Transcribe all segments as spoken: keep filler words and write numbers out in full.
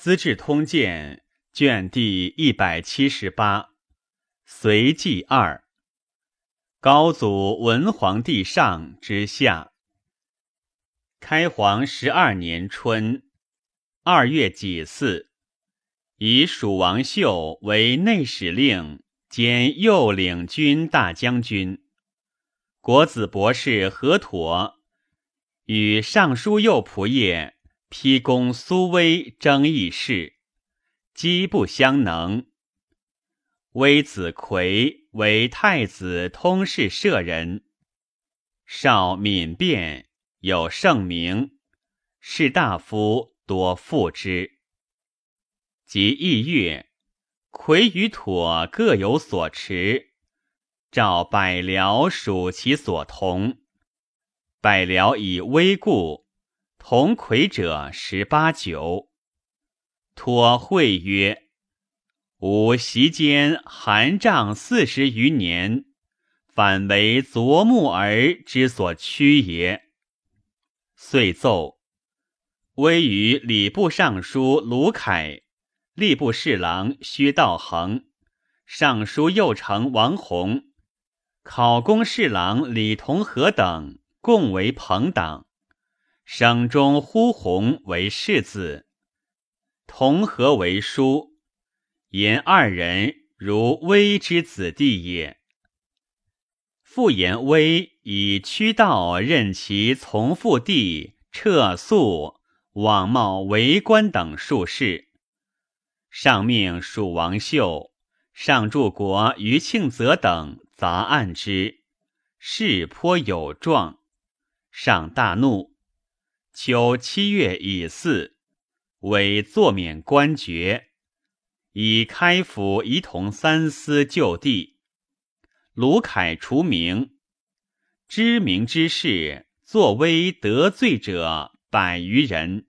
资治通鉴》卷第一百七十八，隋纪二。高祖文皇帝上之下。开皇十二年春，二月己巳，以蜀王秀为内史令兼右领军大将军。国子博士何妥与尚书右仆射丕公苏威争议事，机不相能。微子魁为太子通事舍人，少敏辩，有盛名，士大夫多附之。及一月，魁与妥各有所持，召百僚属其所同。百僚以微故，同魁者十八九。妥会曰：吾席间寒杖四十余年，反为琢木儿之所趋也。遂奏。微与礼部尚书卢凯、吏部侍郎薛道衡、尚书右丞王弘、考功侍郎李同和等共为朋党，省中呼弘为世子，同和为叔，言二人如微之子弟也。复言微以屈道任其从父弟撤宿、枉冒为官等数事，上命蜀王秀、上柱国于庆泽等杂案之，事颇有状。上大怒，秋七月乙巳，为坐免官爵，以开府仪同三司就地。卢凯除名。知名之事，作威得罪者百余人。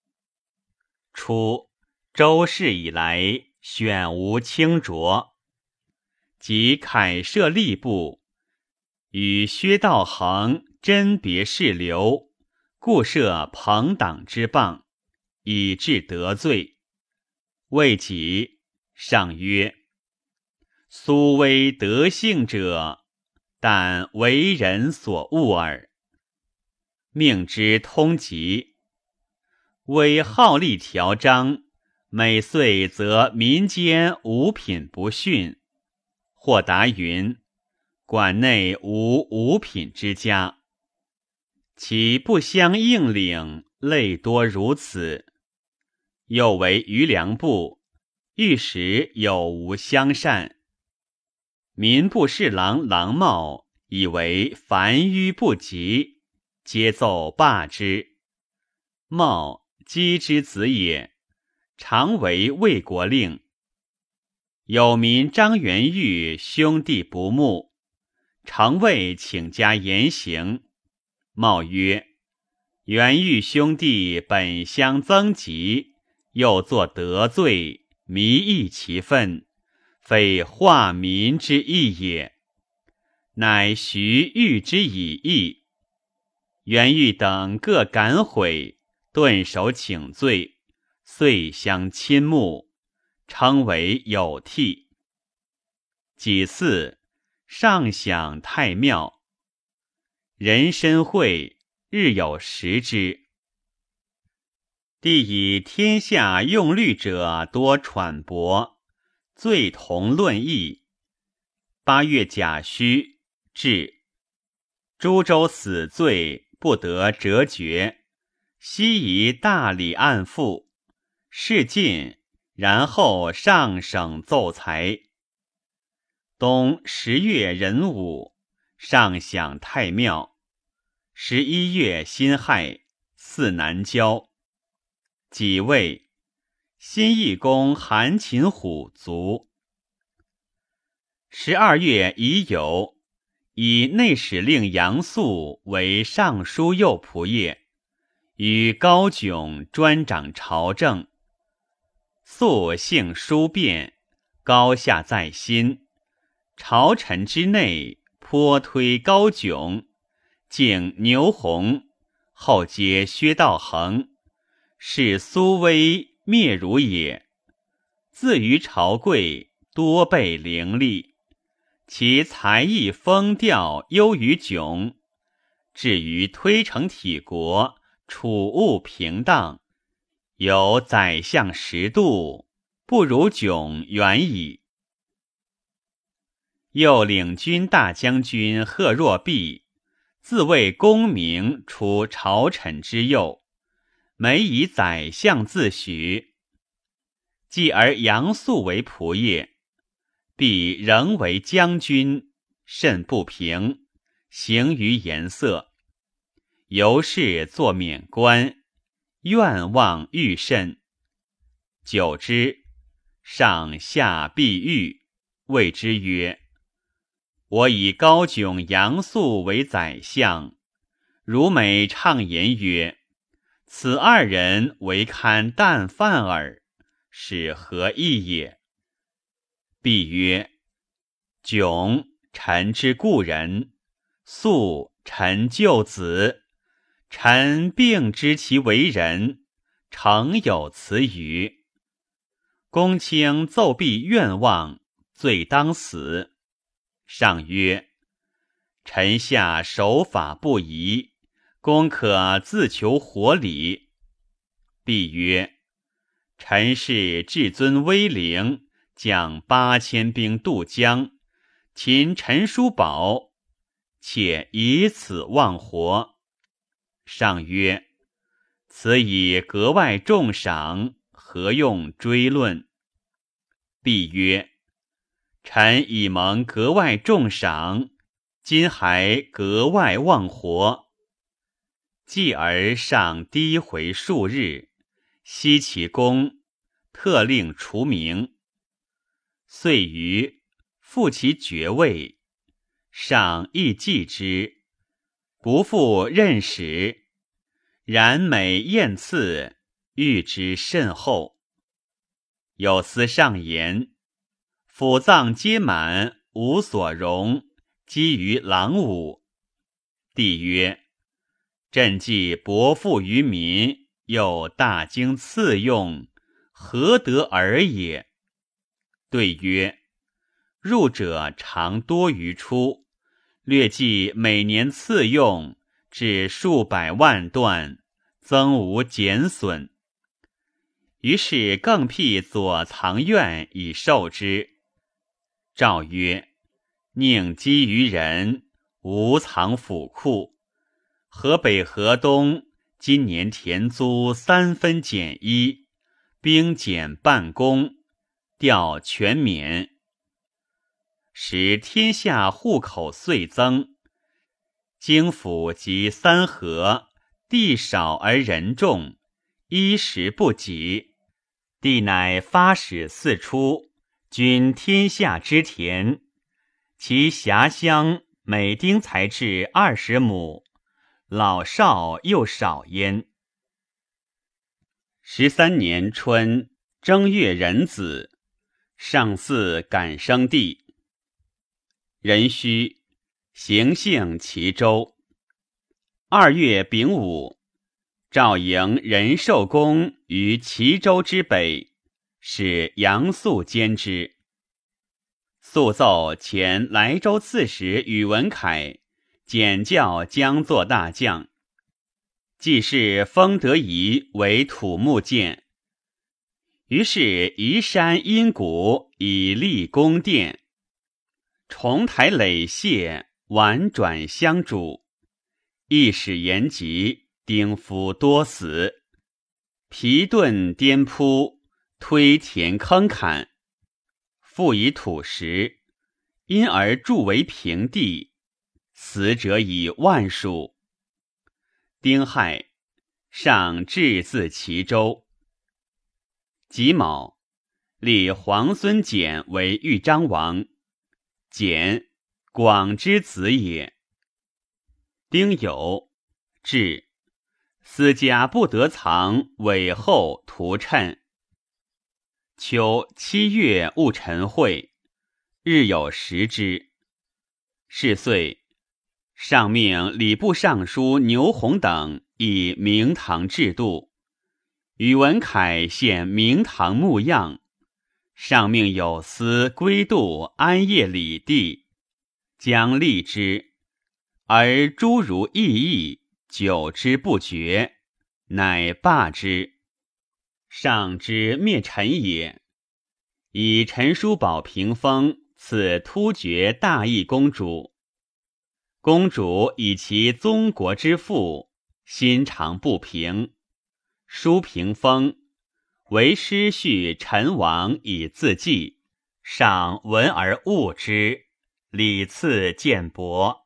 初，周氏以来，选无清浊，即凯设吏部，与薛道衡甄别事流，故设朋党之谤，以致得罪。未几，上曰：苏威德性者，但为人所恶耳。命之通籍。为好立条章，每岁则民间五品不逊。或答云：馆内无五品之家。其不相应领，类多如此。又为余粮部，御史有无相善。民部侍郎郎茂以为烦迂不及，皆奏罢之。茂姬之子也，常为魏国令。有民张元玉兄弟不睦，常谓请加严刑。茂曰：元玉兄弟本相增吉，又作得罪，弥益其分，非化民之意也。乃徐谕之以义。元玉等各感悔，顿首请罪，遂相亲睦，称为有替。己巳，上享太庙。人参会，日有食之。帝以天下用律者多揣博，罪同论议。八月甲戌，至。诸州死罪不得折决，悉以大礼按付。事尽，然后上省奏裁。冬十月壬午，上享太庙。十一月辛亥，祀南郊。己未，新义公韩擒虎卒。十二月乙酉，以内史令杨素为尚书右仆射，与高炯专掌朝政。素性疏辩，高下在心，朝臣之内颇推高炯，敬牛弘，后接薛道衡，使苏威灭汝也。自于朝贵，多备伶俐，其才艺风调优于迥。至于推诚体国，处物平当，有宰相十度，不如迥远矣。又领军大将军贺若弼，自谓功名出朝臣之右，每以宰相自诩。继而杨素为仆射，必仍为将军，甚不平，行于颜色。由是作免官，愿望愈甚。久之，上下必狱，谓之曰：我以高迥、杨素为宰相，如每畅言曰：此二人为堪淡饭耳，是何意也？必曰：迥，臣之故人；素，臣旧子。臣并知其为人，诚有此语。公卿奏毕愿望，罪当死。上曰：臣下守法不疑，公可自求活理。必曰：臣是至尊威灵，将八千兵渡江，擒陈叔宝，且以此忘活。上曰：此以格外重赏，何用追论？必曰：臣已蒙格外重赏，今还格外忘活。继而上低回数日，悉其功，特令除名。遂于复其爵位，上亦记之，不复任使。然每宴赐，遇之甚厚。有司上言：府藏皆满，无所容，积于郎武。帝曰：朕既薄赋于民，又大经赐用，何得尔也？对曰：入者常多于出，略计每年赐用，至数百万段，增无减损。于是更辟左藏院以授之。诏曰：宁积于人，无藏府库。河北河东今年田租三分减一，兵减半工，调全免，使天下户口岁增。京府及三河，地少而人众，衣食不给。帝乃发使四出，均天下之田，其辖乡每丁才至二十亩，老少又少焉。十三年春正月壬子，上巳感生帝。壬戌，行幸齐州。二月丙午，诏迎仁寿宫于齐州之北，使杨素监之。素奏前莱州刺史宇文恺，简教将作大将。既是封德仪为土木监，于是移山阴谷以立宫殿，重台垒榭，婉转相主。亦使延吉，丁夫多死，皮顿颠扑，推田坑坎，复以土石，因而筑为平地，死者以万数。丁亥，上至自齐州。己卯，立皇孙简为豫章王，简，广之子也。丁酉，至，私家不得藏，尾后涂谶。秋七月戊辰会，日有食之。是岁，上命礼部尚书牛弘等以明堂制度， 宇文恺献明堂木样，上命有司归度安业礼地，将立之，而诸如异议，久之不决，乃罢之。上之灭陈也，以陈叔宝屏风赐突厥大义公主。公主以其宗国之父，心肠不平，书屏风，为师叙陈王以自祭，上闻而恶之，礼赐谏驳。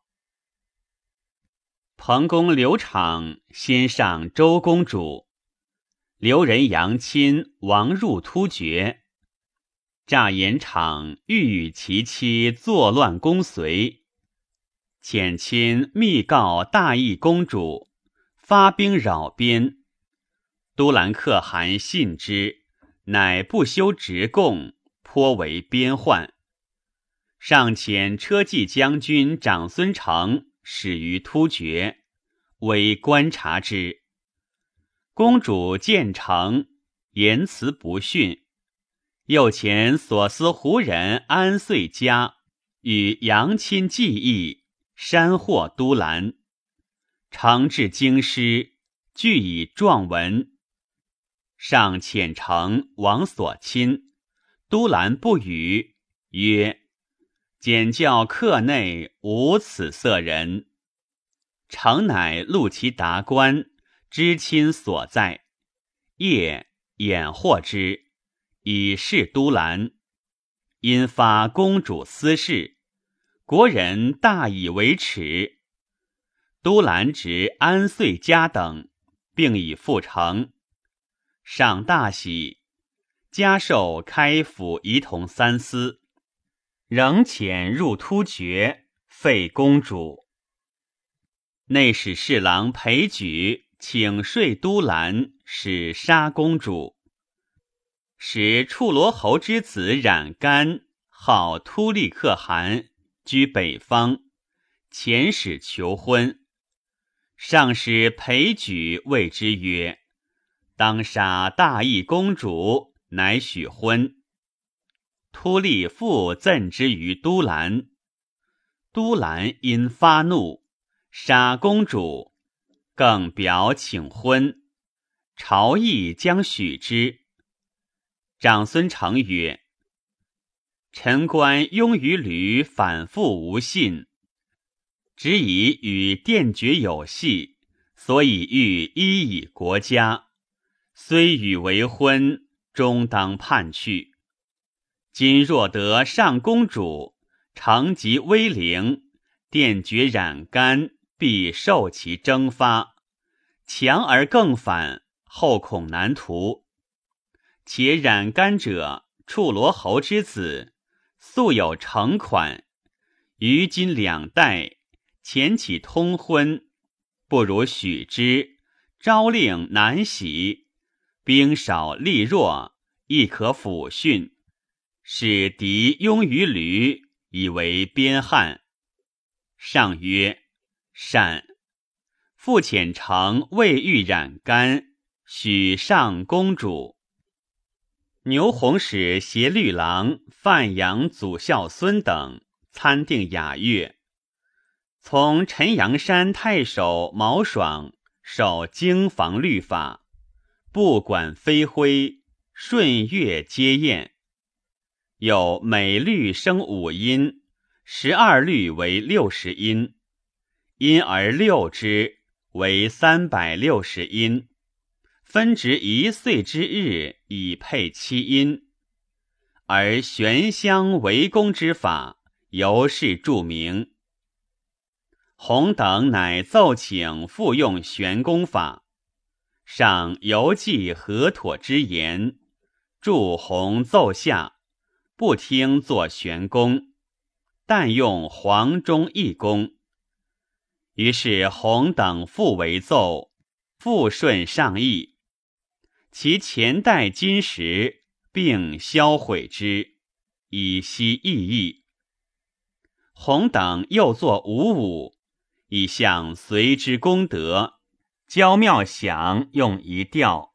彭公刘昶先上周公主，刘人杨亲亡入突厥，诈延昶欲与其妻作乱公随，遣亲密告大义公主，发兵扰边。都兰可汗信之，乃不修直贡，颇为边患。上遣车骑将军长孙成始于突厥，为观察之。公主见成，言辞不逊，又遣所司胡人安遂家与杨亲计议，山获都兰。成至京师，具以状文。上遣成往所亲，都兰不语，曰：简教客内无此色人。成乃录其达官，知亲所在，夜掩获之，以示都兰。因发公主私事，国人大以为耻。都兰执安遂家等，并已复城。上大喜，加授开府仪同三司，仍遣入突厥，废公主。内史侍郎裴举请说都兰，使杀公主。使处罗侯之子冉干，号突利可汗，居北方，遣使求婚。上使裴举谓之曰：当杀大义公主，乃许婚。突利复赠之于都兰，都兰因发怒，杀公主，更表请婚，朝议将许之。长孙成曰：臣观庸于吕反复无信，只以与殿爵有隙，所以欲依以国家，虽与为婚，终当叛去。今若得上公主，承及威灵，殿爵冉干必受其征发，强而更反，后恐难图。且冉干者，处罗侯之子，素有成款，于今两代，前起通婚，不如许之，朝令难喜，兵少力弱，亦可抚训，使敌拥于吕，以为边汉。上曰：善。复遣成未遇冉干，许上公主。牛弘使协律郎范阳祖孝孙等参定雅乐。从陈阳山太守毛爽守京房律法，不管飞灰，顺乐皆验。有每律生五音，十二律为六十音，因而六之为三百六十音，分值一岁之日以配七音。而悬香为公之法，由是著名。弘等乃奏请复用悬宫法，上犹记合妥之言，祝弘奏下，不听作悬宫，但用黄钟一宫。于是弘等复为奏，复顺上意，其前代金石并销毁之，以息意义。弘等又作五五，以向随之功德，教妙享用一调，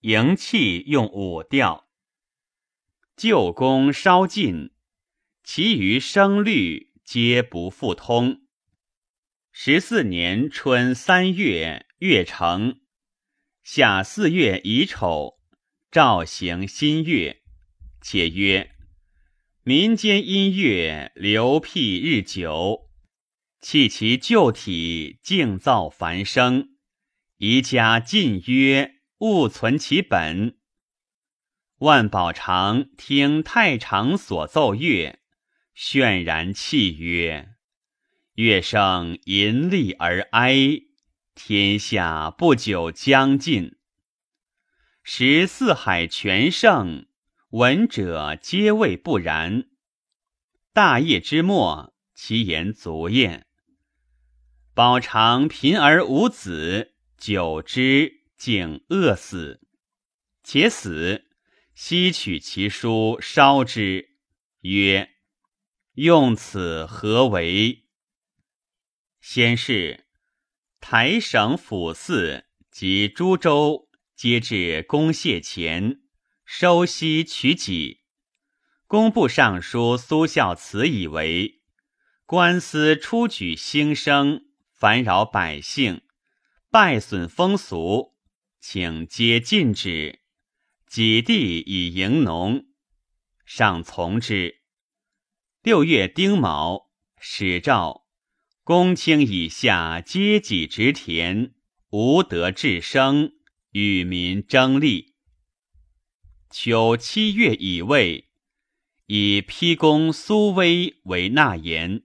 营器用五调。旧宫稍尽，其余声律皆不复通。十四年春三月，乐成。夏四月乙丑，诏行新乐。且曰：民间音乐流辟日久，弃其旧体，静造繁声，宜加禁约，勿存其本。万宝常听太常所奏乐，渲然泣曰：乐声淫厉而哀，天下不久将尽。时四海全盛，闻者皆谓不然。大业之末，其言足验。宝常贫而无子，久之竟饿死。且死，悉取其书烧之，曰：用此何为？先是，台省府寺及诸州皆至公谢前，收悉取己。工部尚书苏孝慈以为官司出举兴声，烦扰百姓，败损风俗，请皆禁止，己地以迎农，上从之。六月丁卯，始诏公卿以下皆己植田，无得治生，与民争利。秋七月乙未，以批公苏威为纳言。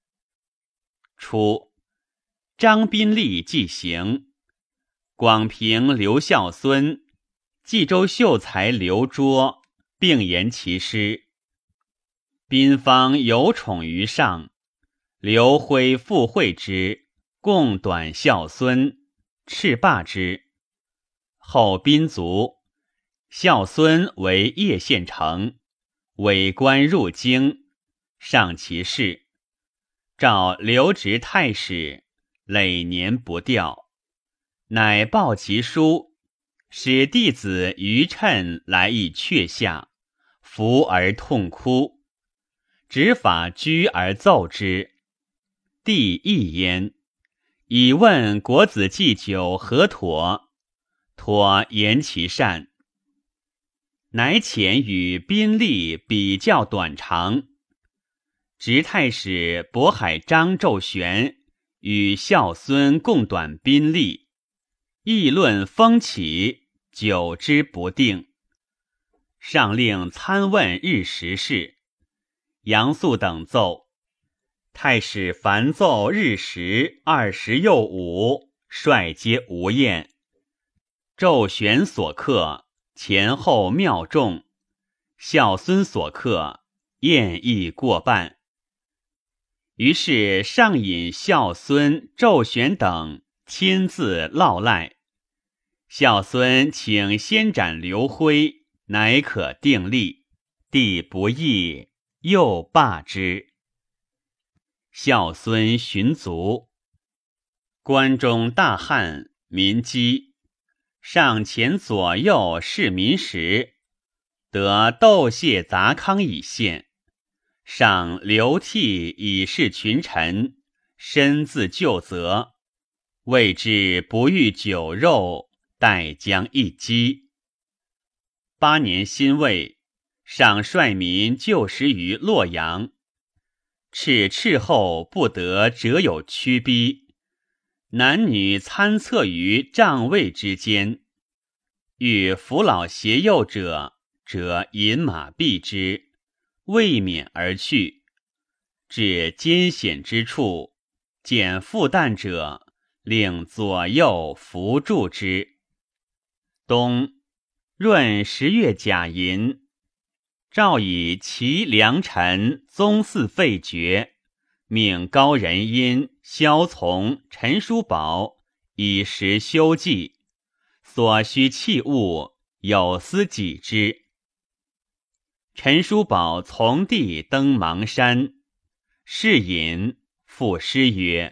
初，张宾利既行，广平刘孝孙、冀州秀才刘卓并言其师。宾方有宠于上，刘徽复会之，共短孝孙，斥罢之。后宾卒，孝孙为叶县丞，委官入京，上其事，召留职太史，累年不调，乃报其书，使弟子于趁来以阙下，伏而痛哭，执法居而奏之。帝亦焉，以问国子祭酒何妥，妥言其善，乃遣与宾利比较短长。执太史渤海张昼玄与孝孙共短宾利，议论风起，久之不定。上令参问日时事，杨素等奏，太史凡奏日时二十又五，率皆无厌。昼玄所刻，前后妙重；孝孙所刻，宴意过半。于是上引孝孙、昼玄等亲自烙赖。孝孙请先斩刘徽，乃可定例。帝不义，又罢之。孝孙寻卒。关中大旱，民饥，上前左右市民时，得窦谢杂康以献。上流涕以示群臣，身自救责，谓之不欲酒肉，待将一击。八年辛未，上率民救食于洛阳，敕敕后不得折有屈逼，男女参策于帐位之间，遇扶老携幼者，则引马避之，未免而去。至艰险之处，见负担者，令左右扶助之。冬，闰十月甲寅，诏以其良臣宗嗣废爵，命高仁因、萧从、陈叔宝以时修稷，所需器物有司己之。陈叔宝从弟登邙山，是隐赋诗曰：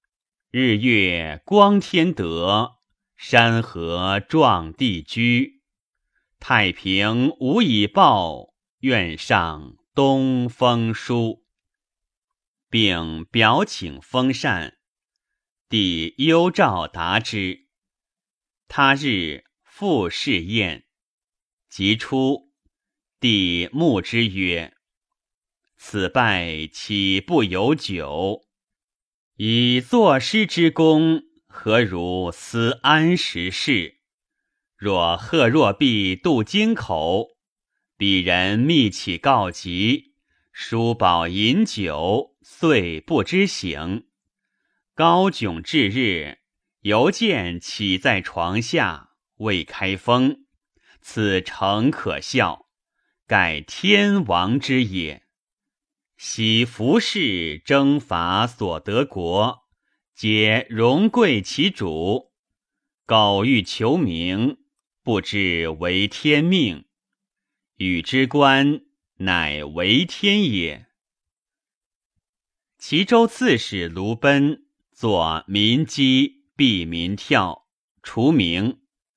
日月光天德，山河壮地居。 太平无以报，愿上东风书。并表请封禅。帝忧诏答之。他日复试宴，即出。帝慕之曰：此拜岂不有久？以作诗之功，何如思安时事？若贺若弼渡京口，彼人密启告急，叔宝饮酒，遂不知醒。高迥至日，犹见起在床下，未开封，此诚可笑，盖天王之也。昔服侍征伐所得国，皆荣贵其主。苟欲求名，不知为天命，与之官，乃为天也。齐州刺史卢奔作民击，避民跳，除名。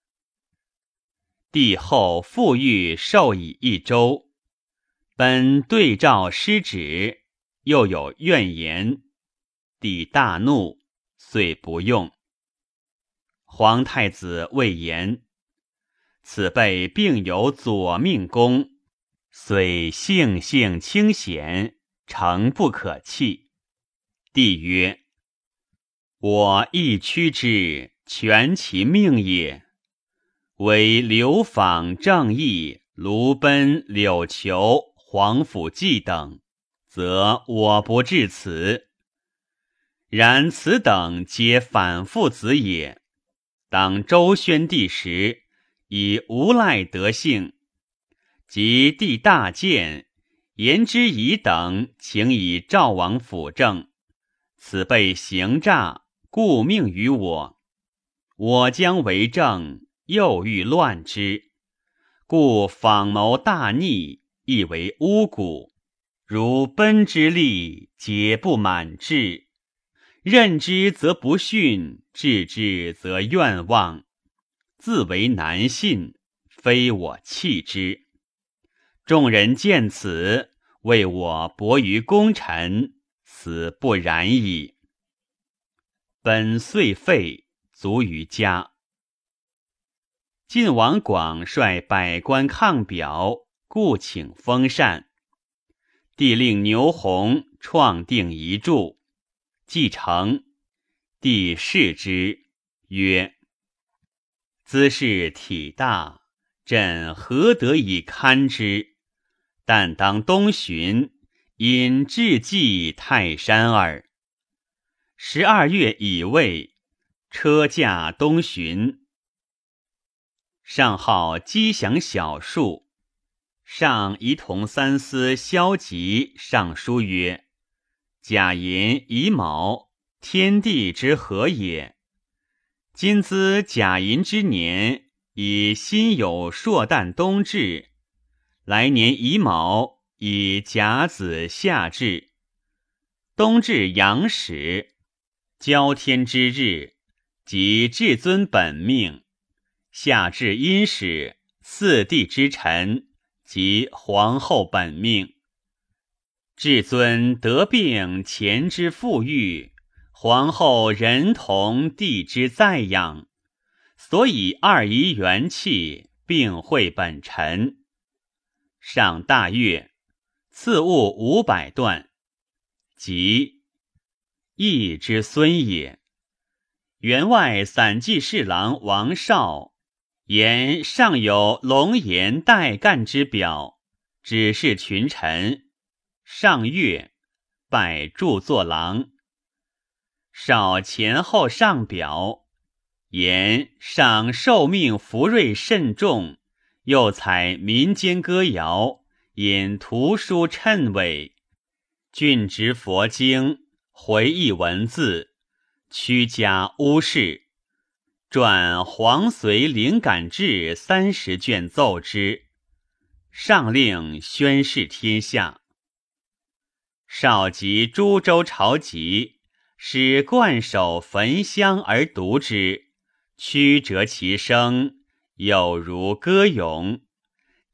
帝后复欲授以一州，奔对诏失旨，又有怨言，帝大怒，遂不用。皇太子谓言：此辈并有左命功，虽性性清显，诚不可弃。帝曰：我亦屈之，全其命也。唯刘访、郑义、卢奔、柳裘、黄甫纪等，则我不至此。然此等皆反父子也。当周宣帝时，以无赖德性，及帝大见，言之以等请以赵王辅政，此辈行诈，故命于我。我将为政，又欲乱之，故访谋大逆，亦为巫蛊。如奔之力，皆不满志。任之则不逊，治之则愿望，自为难信，非我弃之。众人见此，谓我薄于功臣，此不然矣。本遂废，卒于家。晋王广率百官抗表，故请封禅。帝令牛弘创定遗著，既成，帝视之，曰：兹事体大，朕何得以堪之？但当东巡，因至祭泰山耳。十二月乙未，车驾东巡。上号击降小数，上仪同三司萧吉上书曰：甲寅乙卯，天地之和也。今兹甲寅之年，以辛酉朔旦冬至，来年乙卯，以甲子夏至。冬至阳始，交天之日，即至尊本命。夏至阴始，四帝之辰，即皇后本命。至尊得病前之富裕，皇后人同帝之在养，所以二仪元气，并会本辰。上大悦，赐物五百段，即义之孙也。员外散骑侍郎王绍言上有龙颜待干之表，指示群臣。上阅，拜著作郎。绍前后上表，言上受命福瑞甚重，又采民间歌谣，引图书谶纬，峻植佛经，回忆文字，屈家巫事，撰黄隋灵感志三十卷奏之，上令宣示天下。绍及诸州朝集，使冠首焚香而读之，曲折其声，有如歌咏。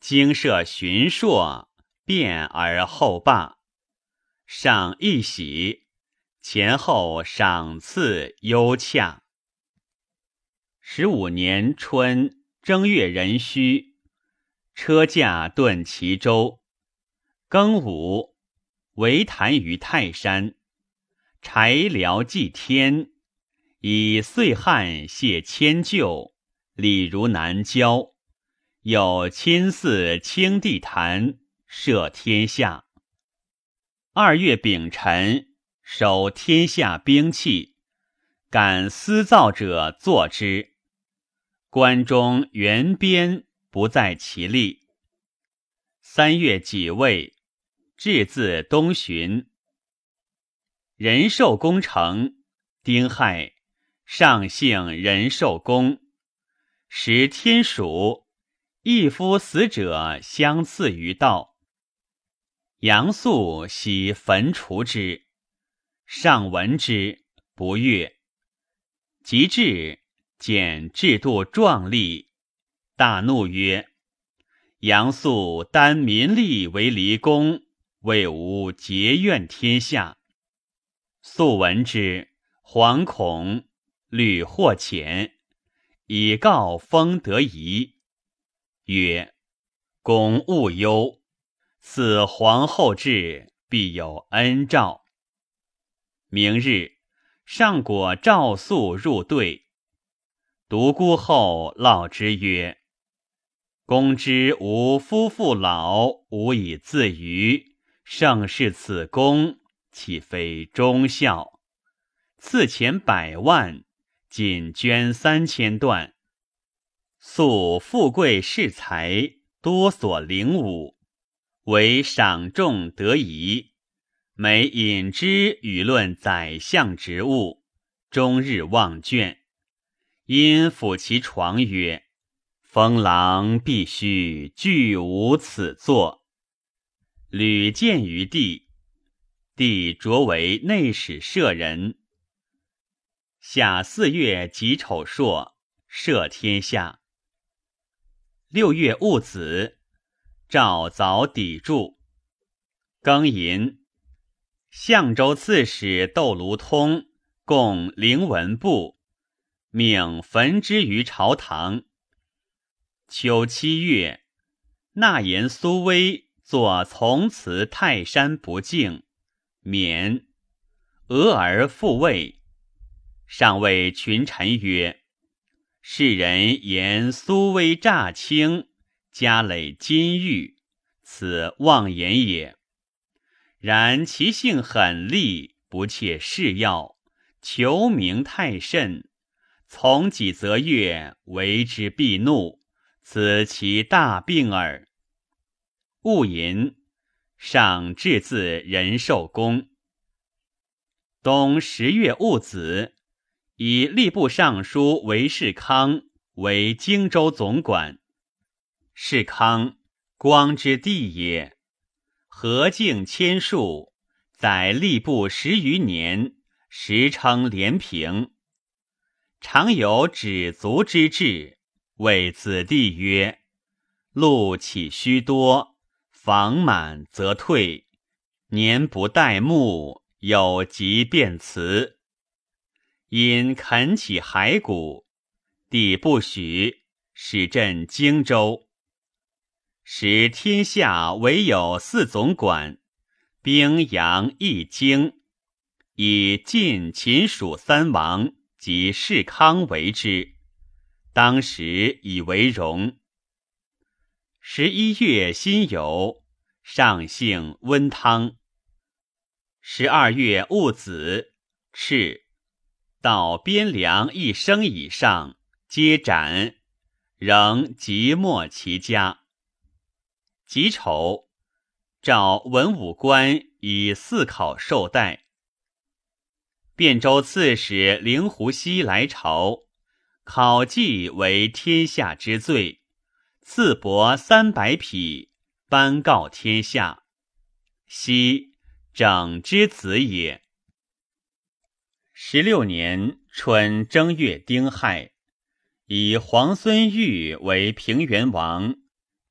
经设巡朔，变而后罢。上一喜，前后赏赐优洽。十五年春正月壬戌，车驾遁齐州。庚午，围坛于泰山，柴辽祭天，以岁汉谢迁就，礼如南郊。有亲祀清帝坛，摄天下。二月丙辰，守天下兵器，敢私造者作之。关中原边不在其例。三月己未，至自东巡。仁寿宫城，丁亥，上姓仁寿宫。时天暑，一夫死者相次于道。杨素喜焚除之，上闻之，不悦。及至，见制度壮丽，大怒曰：杨素单民力为离公，为吾结怨天下。素闻之，惶恐，虑祸浅，以告封得宜，曰：公勿忧，此皇后至，必有恩诏。明日，上果诏素入对。独孤后烙之曰：公知吾夫妇老，无以自娱，盛世此公，岂非忠孝？赐钱百万，仅捐三千段。素富贵恃财，多所领武，为赏重得宜，每引之舆论宰相职务，终日忘倦。因抚其床曰：封郎必须具无此作。屡见于地，帝擢为内史舍人。夏四月己丑朔，摄天下。六月戊子，诏凿砥柱。庚寅，相州刺史窦卢通共灵文部，命焚之于朝堂。秋七月，纳言苏威作从辞泰山不敬，免。俄而复位。上谓群臣曰：世人言苏威诈轻，家累金玉，此妄言也。然其性狠戾，不切事要，求名太甚，从己则悦，为之必怒，此其大病耳。戊寅，上至自仁寿宫。冬十月戊子，以吏部尚书韦士康为荆州总管。士康，光之弟也，和敬谦恕，在吏部十余年，时称廉平。常有止足之志，谓子弟曰：禄岂须多，房满则退，年不待暮，有疾便辞。因垦起骸骨，帝不许，使镇荆州。时天下唯有四总管，兵扬益京，以晋秦蜀三王及士康为之，当时以为荣。十一月辛酉，上幸温汤。十二月戊子，敕到边粮一升以上，皆斩，仍即没其家。己丑，诏文武官以四考授代。汴州刺史灵狐溪来朝，考绩为天下之最，赐帛三百匹，颁告天下。溪，整之子也。十六年春正月丁亥，以皇孙玉为平原王，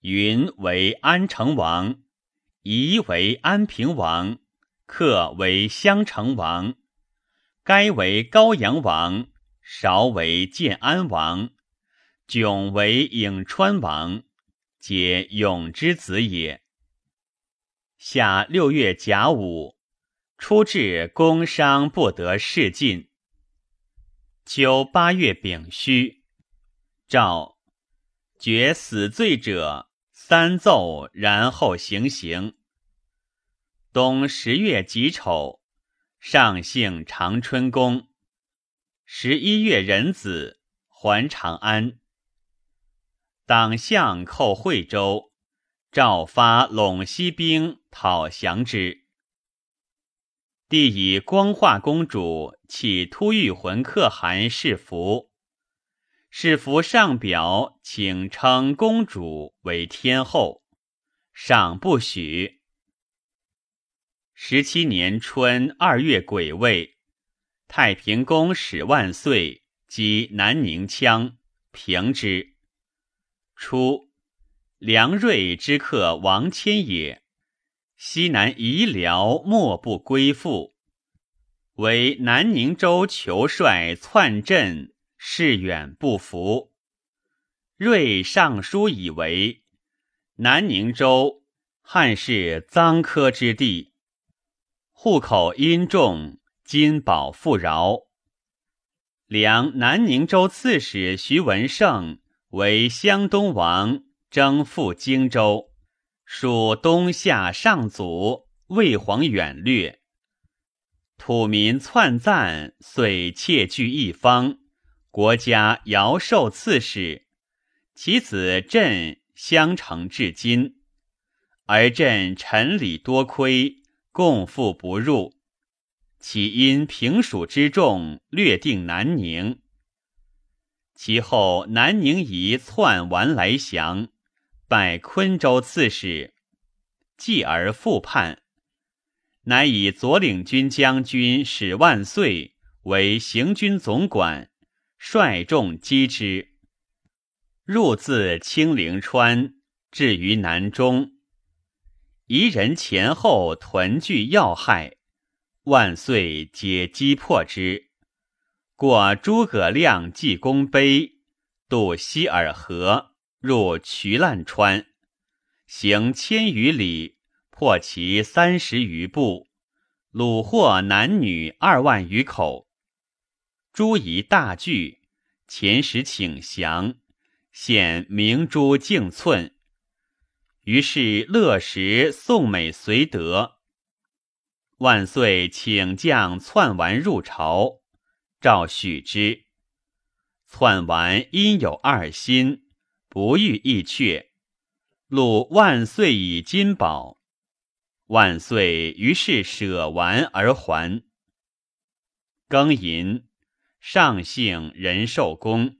云为安成王，仪为安平王，克为襄城王，该为高阳王，韶为建安王，迥为颍川王，皆永之子也。夏六月甲午，初至工商不得事尽。秋八月丙戌，诏决死罪者三奏，然后行刑。冬十月己丑，上幸长春宫。十一月壬子，还长安。党项寇惠州，诏发陇西兵讨降之。帝以光化公主弃突遇浑可汗侍服，侍服上表请称公主为天后，上不许。十七年春二月癸未，太平公使万岁击南宁羌，平之。初，梁锐之客王谦也，西南夷辽莫不归附，为南宁州酋帅篡镇，事远不服。锐上书以为南宁州汉是臧科之地，户口殷重，金宝富饶。梁南宁州刺史徐文胜为湘东王，征赴荆州，属东夏上祖，魏皇远略。土民篡赞，遂窃据一方，国家尧授刺史，其子镇相承至今，而镇陈礼多亏，共赴不入。其因平蜀之众，略定南宁。其后南宁夷篡完来降，拜昆州刺史，继而复叛，乃以左领军将军史万岁为行军总管，率众击之，入自清陵川，至于南中。夷人前后屯聚要害，万岁皆击破之。过诸葛亮济功碑，渡希尔河，入渠烂川，行千余里，破其三十余部，虏获男女二万余口。诸夷大惧，遣使请降，献明珠径寸。于是乐石宋美绥德。万岁请将篡丸入朝，诏许之。篡丸因有二心，不欲意阙，录万岁以金宝。万岁于是舍丸而还。庚寅，上幸仁寿宫。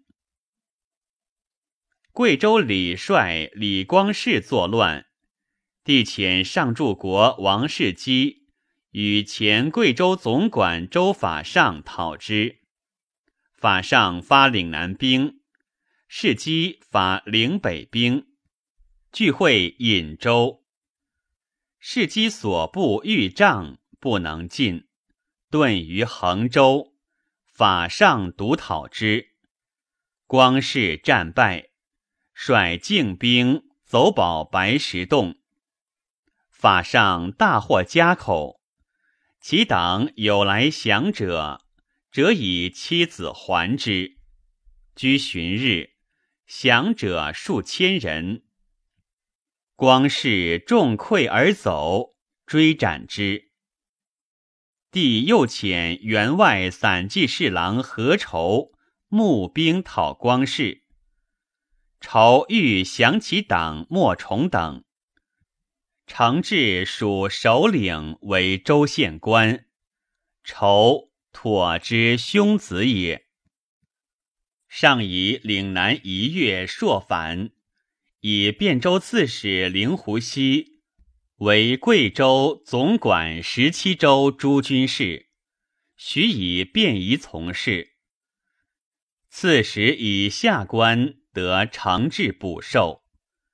贵州李帅李光世作乱，帝遣上柱国王世基与前贵州总管周法上讨之。法上发岭南兵，世基发岭北兵，聚会颍州。世基所部豫帐不能进，遁于衡州，法上独讨之。光世战败，率精兵走保白石洞。法上大获家口，其党有来降者，则以妻子还之。居旬日，降者数千人。光世众溃而走，追斩之。帝又遣员外散骑侍郎何愁募兵讨光世。愁欲降其党莫崇等，承制属首领为州县官，愁妥之兄子也。上以岭南一月朔反，以汴州刺史灵狐溪为贵州总管十七州诸军事，许以便宜从事。刺史以下官得承制补授。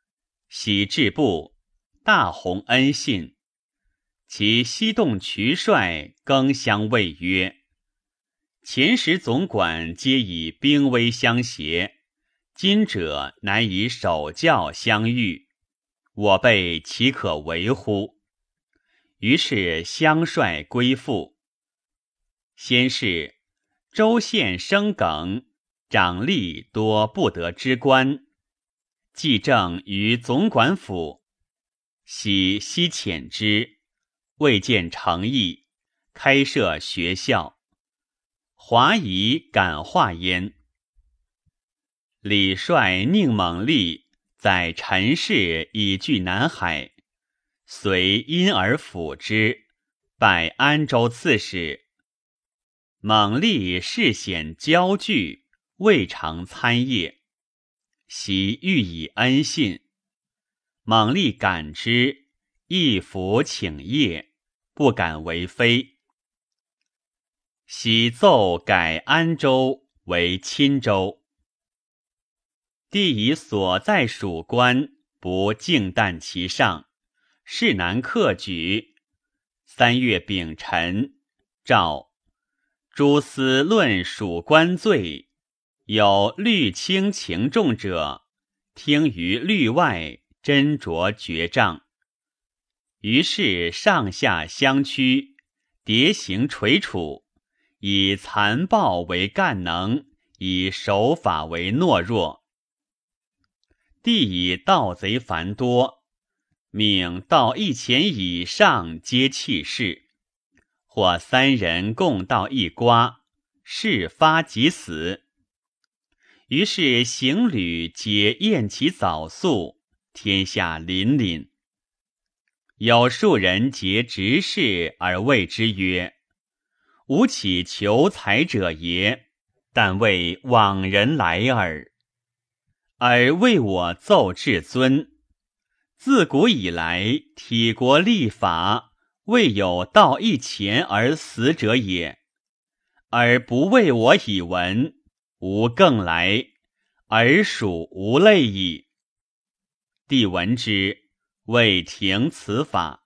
喜至部，大弘恩信。其西动渠帅更相谓曰：前时总管皆以兵威相胁，今者乃以守教相遇，我辈岂可为乎？于是相率归附。先是州县生梗，长吏多不得之官，既正于总管府，喜悉遣之，未见诚意，开设学校，华夷感化焉。李帅宁猛力在陈氏以据南海，遂因而辅之，拜安州刺史。猛力事显骄惧，未尝参谒，习欲以恩信。猛力感之，亦服请谒，不敢为非。喜奏改安州为钦州。帝以所在属官不敬惮其上，事难克举。三月丙辰，诏诸司论属官罪，有律轻情重者，听于律外，斟酌决杖。于是上下相趋，迭行垂处，以残暴为干能，以守法为懦弱。帝以盗贼繁多，命盗一钱以上皆弃市，或三人共盗一瓜，事发即死。于是行旅皆厌其早速，天下凛凛。有数人结执事而谓之曰：吾岂求财者也，但为往人来耳。而为我奏至尊，自古以来，体国立法，未有盗一钱而死者也。而不为我以闻，吾更来，而属无类矣。帝闻之，未停此法。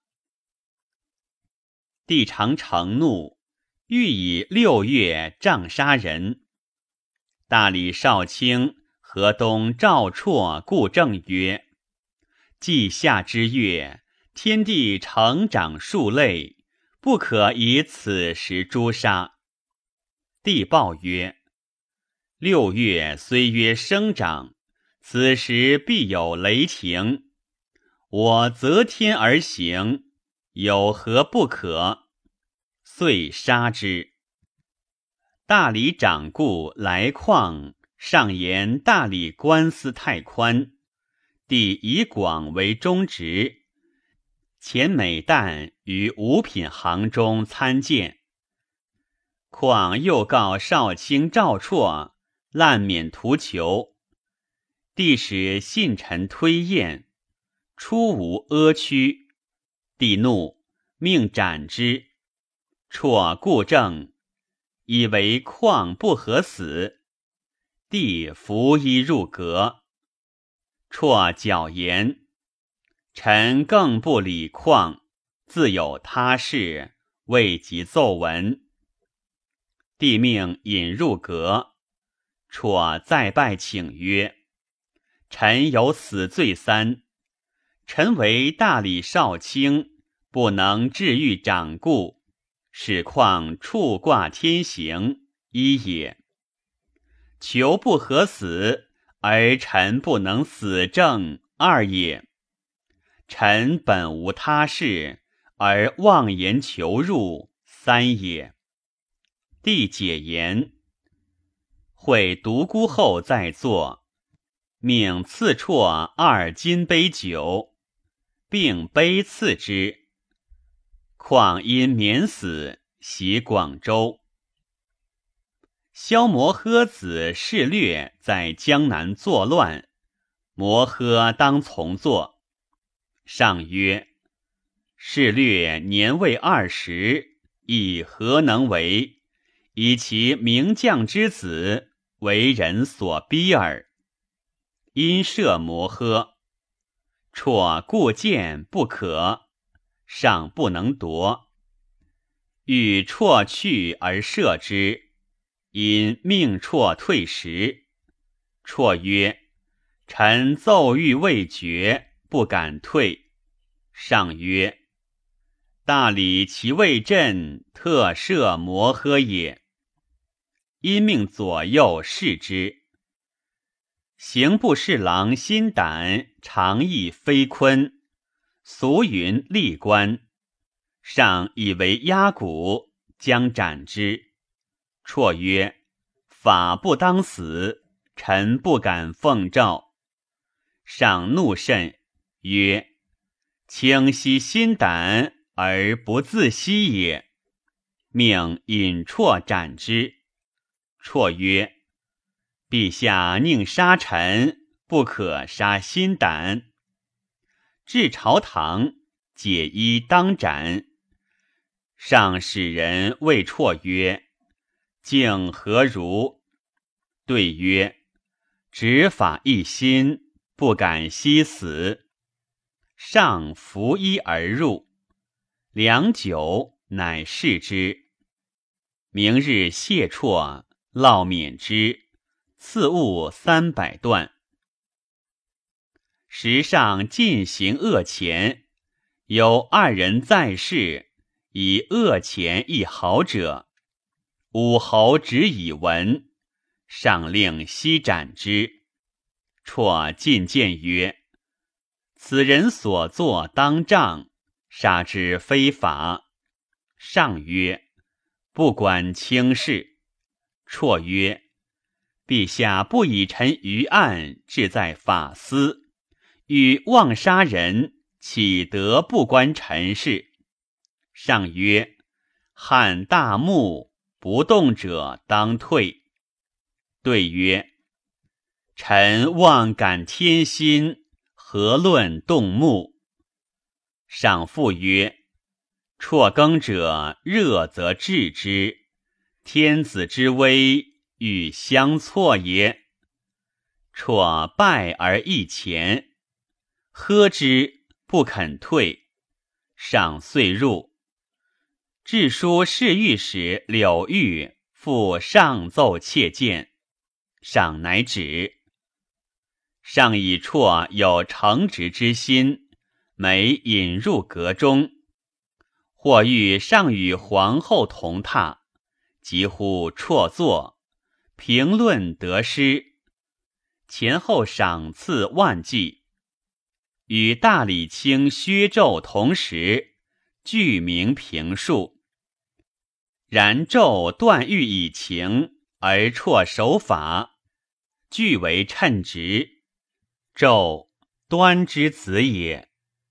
帝常承怒，欲以六月杖杀人。大理少卿河东赵绰故正曰：季夏之月，天地成长数类，不可以此时诛杀。帝报曰：六月虽曰生长，此时必有雷霆，我择天而行，有何不可？遂杀之。大理长顾来况上言大理官司太宽，帝以广为中职，前每旦于五品行中参见。况又告少卿赵绰滥免图囚，帝使信臣推验，出无阿屈，帝怒，命斩之。绰故正，以为况不合死，帝拂衣入阁。绰矫言：臣更不理况，自有他事，未及奏闻。帝命引入阁，绰再拜请曰：臣有死罪三，臣为大理少卿，不能治御长顾，使况触挂天行，一也。求不合死，而臣不能死正，二也。臣本无他事，而妄言求入，三也。帝解言，会独孤后在座，命赐绰二金杯酒，并杯赐之。况因免死，袭广州。萧摩诃子士略在江南作乱，摩诃当从作。上曰：士略年未二十，亦何能为？以其名将之子，为人所逼耳。因赦摩诃。 辍故见不可，上不能夺。欲辍去而射之，因命辍退时。辍曰：臣奏谕未决，不敢退。上曰：大礼其未振，特赦摩诃也。因命左右视之。刑部侍郎辛胆常议非坤，俗云吏官。上以为压骨，将斩之。辍曰：法不当死，臣不敢奉诏。上怒甚，曰：卿惜辛胆而不自惜也。命引辍斩之。辍曰：陛下宁杀臣，不可杀辛胆。至朝堂，解衣当斩。上使人谓辍曰：竟何如？对曰：执法一心，不敢惜死。上拂衣而入，良久，乃释之。明日谢辍，烙免之，赐物三百段。时上进行恶钱，有二人在世，以恶钱一毫者，武侯只以闻，上令悉斩之。辍进谏曰：此人所作当杖，杀之非法。上曰：不管轻事。辍曰：陛下不以臣于案，志在法司，欲妄杀人，岂得不关臣事？上曰：汉大木，不动者当退。对曰：臣妄感天心，何论动木？上复曰：辍耕者，热则治之，天子之威，欲相错也。辍败而益前，喝之，不肯退。上遂入。致书侍御史柳玉复上奏切谏，上乃止。上以辍有承职之心，每引入阁中。或欲上与皇后同榻，即呼辍坐，评论得失，前后赏赐万计。与大理卿薛胄同时，具名评述。然胄断欲以情，而辍守法，俱为称职。胄端之子也。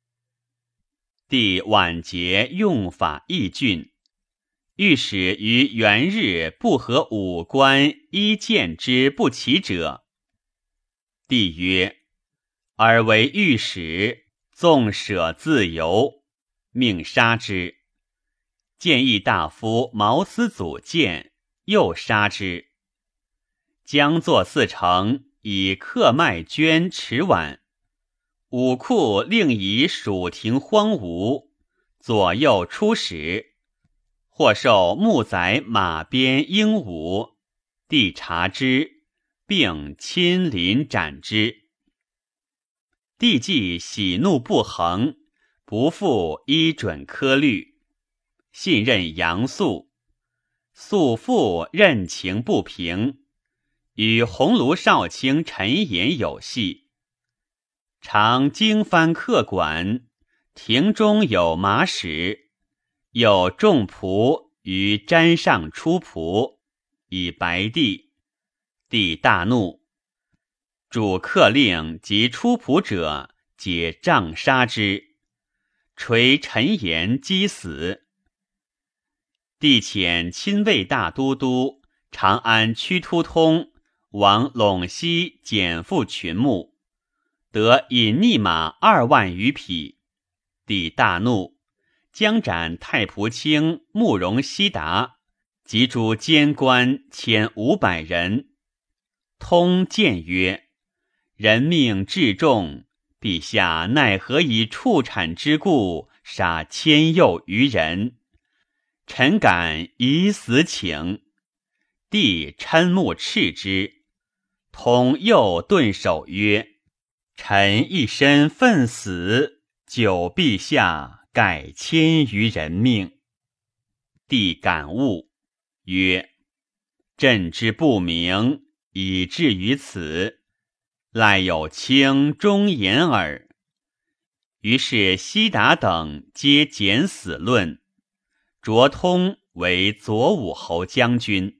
帝晚节用法益峻，御史于元日不合五官一见之不齐者。帝曰：尔为御史，纵舍自由，命杀之。谏议大夫毛思祖谏，又杀之。将作四城，以客麦捐持碗。武库令以蜀庭荒芜，左右出使，或授木宰马鞭鹦鹉。帝察之，并亲临斩之。帝既喜怒不衡，不复依准科律。信任杨素，素复任情不平，与鸿胪少卿陈言有隙。常经幡客馆，庭中有马使，有众仆于毡上出仆，以白帝。帝大怒，主客令及出仆者，皆杖杀之，垂陈言击死。帝遣亲卫大都督长安屈突通往陇西减负群牧，得隐匿马二万余匹。帝大怒，将斩太仆卿慕容悉达及诸监官千五百人。通谏曰：人命至重， 陛下奈何以畜产之故杀千幼余人？臣敢以死请。”帝嗔目斥之，统又顿首曰：“臣一身奋死，救陛下盖千余人命。”帝感悟曰：“朕之不明，以至于此，赖有卿忠言耳。”于是悉达等皆减死论，卓通为左武侯将军。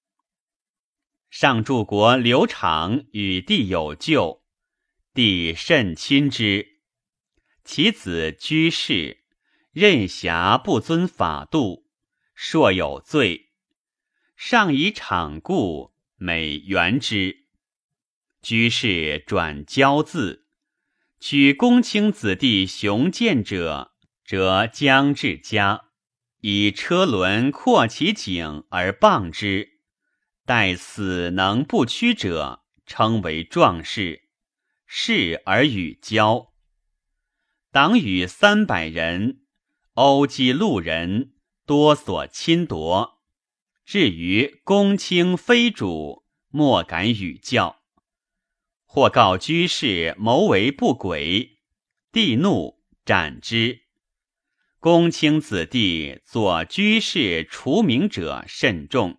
上柱国刘长与帝有旧，帝甚亲之。其子居士任侠不遵法度，硕有罪，上以场故，每援之。居士转骄字，取公卿子弟雄健者，则将至家，以车轮扩其颈而傍之，待死能不屈者，称为壮士，视而与交。党羽三百人，殴击路人，多所侵夺，至于公卿非主，莫敢与教。或告居士谋为不轨，帝怒，斩之。公卿子弟左居士除名者甚众。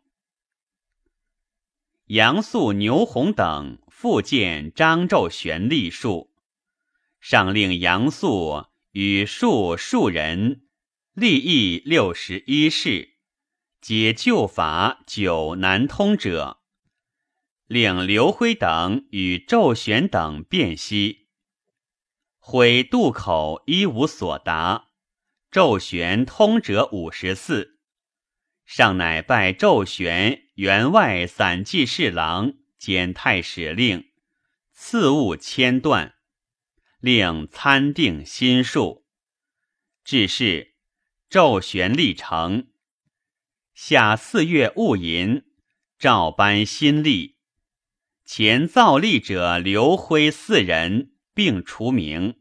杨素、牛弘等复见张昼玄立树，上令杨素与数数人立议六十一事，解旧法久难通者，令刘辉等与昼玄等辨析。悔渡口一无所答，昼玄通者五十四。上乃拜昼玄员外散骑侍郎兼太史令，赐物千段，令参定新数。至是，昼玄立成。夏四月戊寅，诏颁新历。前造历者刘辉四人，并除名。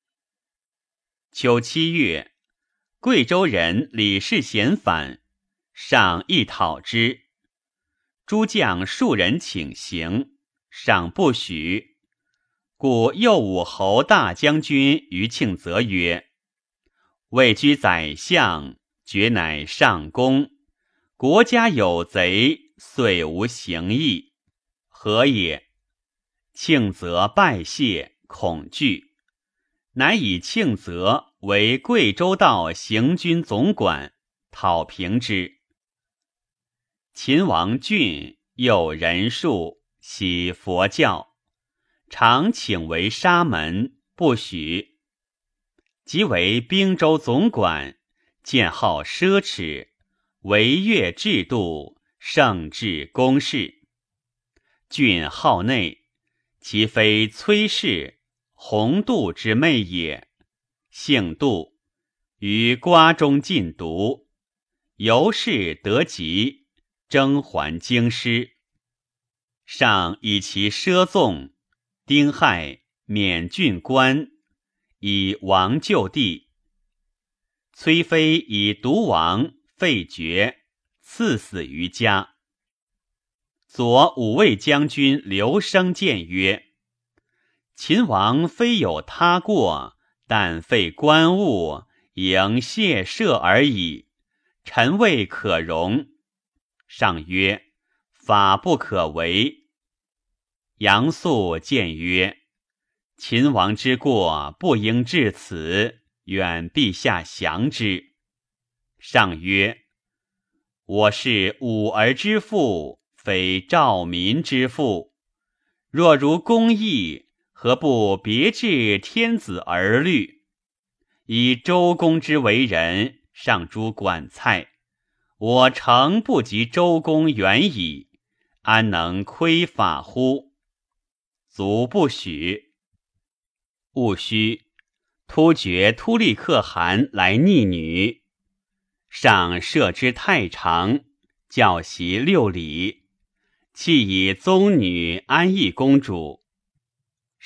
秋七月，贵州人李世贤反，上亦讨之。诸将数人请行，上不许。故右武侯大将军于庆则曰：“位居宰相，爵乃上公，国家有贼，遂无行义，何也？”庆则拜谢，恐惧，乃以庆则为贵州道行军总管，讨平之。秦王俊有仁术，喜佛教，常请为沙门，不许。即为兵州总管，见好奢侈，违越制度，圣治公事。俊好内，其非崔氏、洪度之妹也，姓杜，于瓜中禁毒，由是得疾，征还京师。上以其奢纵，丁亥免郡官，以王就地。崔妃以毒王废爵，赐死于家。左五卫将军刘生谏曰：“秦王非有他过，但废官务，迎谢赦而已，臣未可容。”上曰：“法不可为。”杨素谏曰：“秦王之过，不应至此，愿陛下降之。”上曰：“我是武儿之父，非兆民之父。若如公义，何不别致天子儿律？以周公之为人，上诸管蔡，我诚不及周公远矣，安能窥法乎？”卒不许。戊戌，突厥突利可汗来逆女，上赦之太常，教习六礼，弃以宗女安邑公主。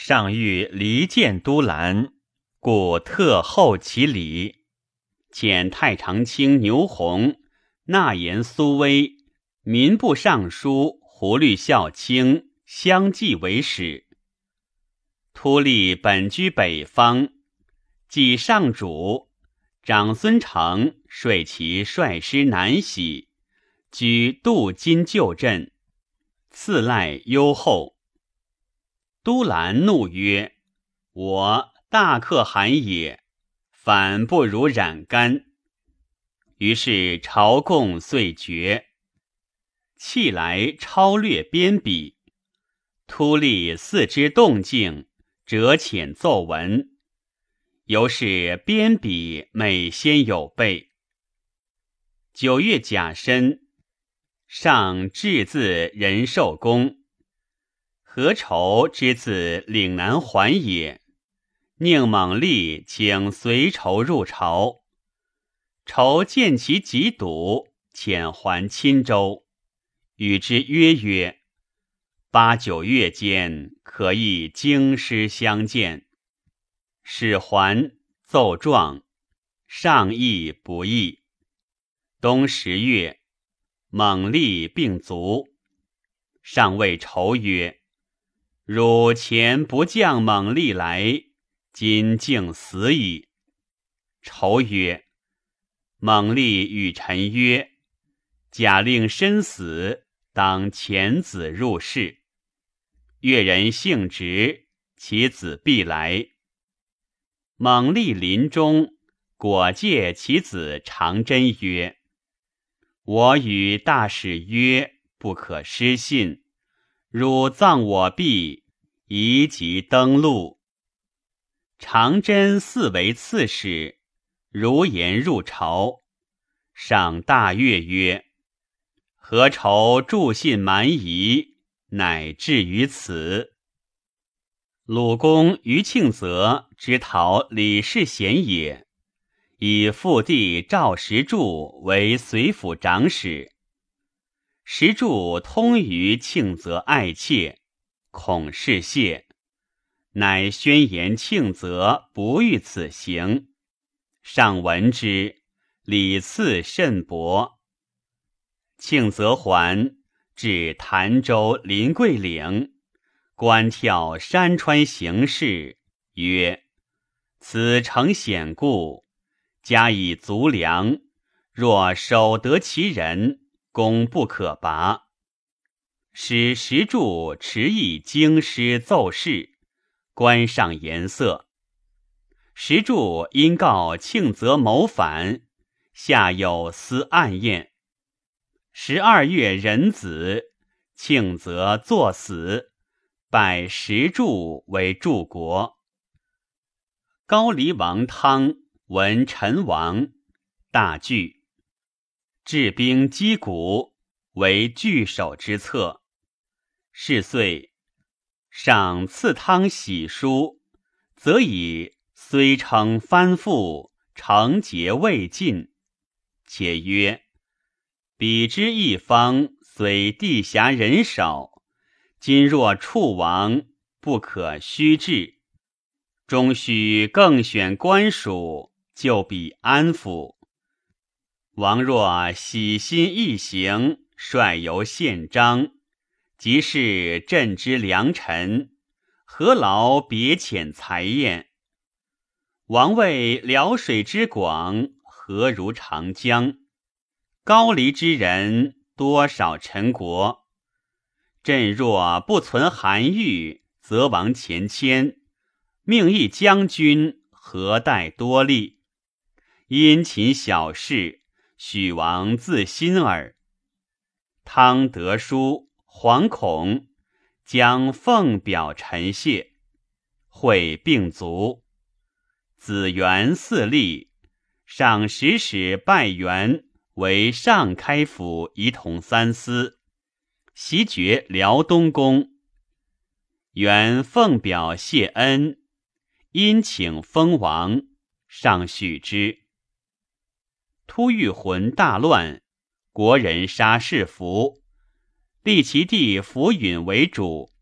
上欲离间都兰，故特厚其礼。遣太常卿牛弘、纳言苏威、民部尚书胡律孝卿相继为使。突利本居北方，继上主，长孙成率其率师南徙，居杜金旧镇，赐赖优厚。都兰怒曰：我大可汗也，反不如染干。于是朝贡遂绝。弃来超略边鄙，突利四之动静，折遣奏闻。由是边鄙每先有备。九月甲申，上至字仁寿宫。何愁之子岭南还也，宁猛力请随仇入朝。仇见其疾笃，遣还钦州，与之约曰：八九月间，可以京师相见。使还奏状，上议不议。冬十月，猛力病卒。上谓仇曰：汝前不降猛力来，今竟死矣。仇曰：猛力与臣曰：假令身死，当遣子入室。越人性直，其子必来。猛力临终，果戒其子长真曰：我与大使约，不可失信。汝葬我毕，宜即登陆。长真似为刺史，如言入朝。上大悦曰：何愁著信蛮夷，乃至于此。鲁公于庆泽之讨李世贤也，以父弟赵石柱为随府长史。石柱通于庆泽爱妾，恐事谢，乃宣言庆泽不欲此行。上闻之，礼赐甚薄。庆泽还，至潭州临桂岭，观眺山川形势，曰：此城险固，加以足粮，若守得其人，功不可拔。使石柱持意京师奏事，官上颜色。石柱因告庆泽谋反，下有司暗宴。十二月壬子，庆泽作死，拜石柱为柱国。高黎王汤闻陈亡，大惧，治兵击鼓，为据守之策。是岁，上赐汤玺书，则以虽称藩富，成节未尽，且曰：彼之一方，虽地狭人少，今若触王，不可虚置，终须更选官属，就彼安抚。王若喜心一行，率由宪章，即是朕之良臣，何劳别遣才宴？王谓辽水之广，何如长江？高黎之人，多少陈国？朕若不存韩愈，则王前迁，命一将军，何待多力？殷勤小事，许王自心耳。汤得书，惶恐，将奉表陈谢，会病卒。子元嗣立，上使使拜元为上开府仪同三司，袭爵辽东公。元奉表谢恩，因请封王，上许之。突遇浑大乱，国人杀士服，立其弟符允为主，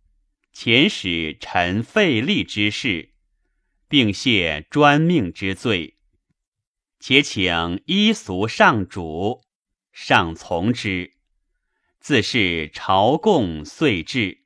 遣使陈废立之事，并谢专命之罪，且请依俗上主，上从之。自是朝贡遂至。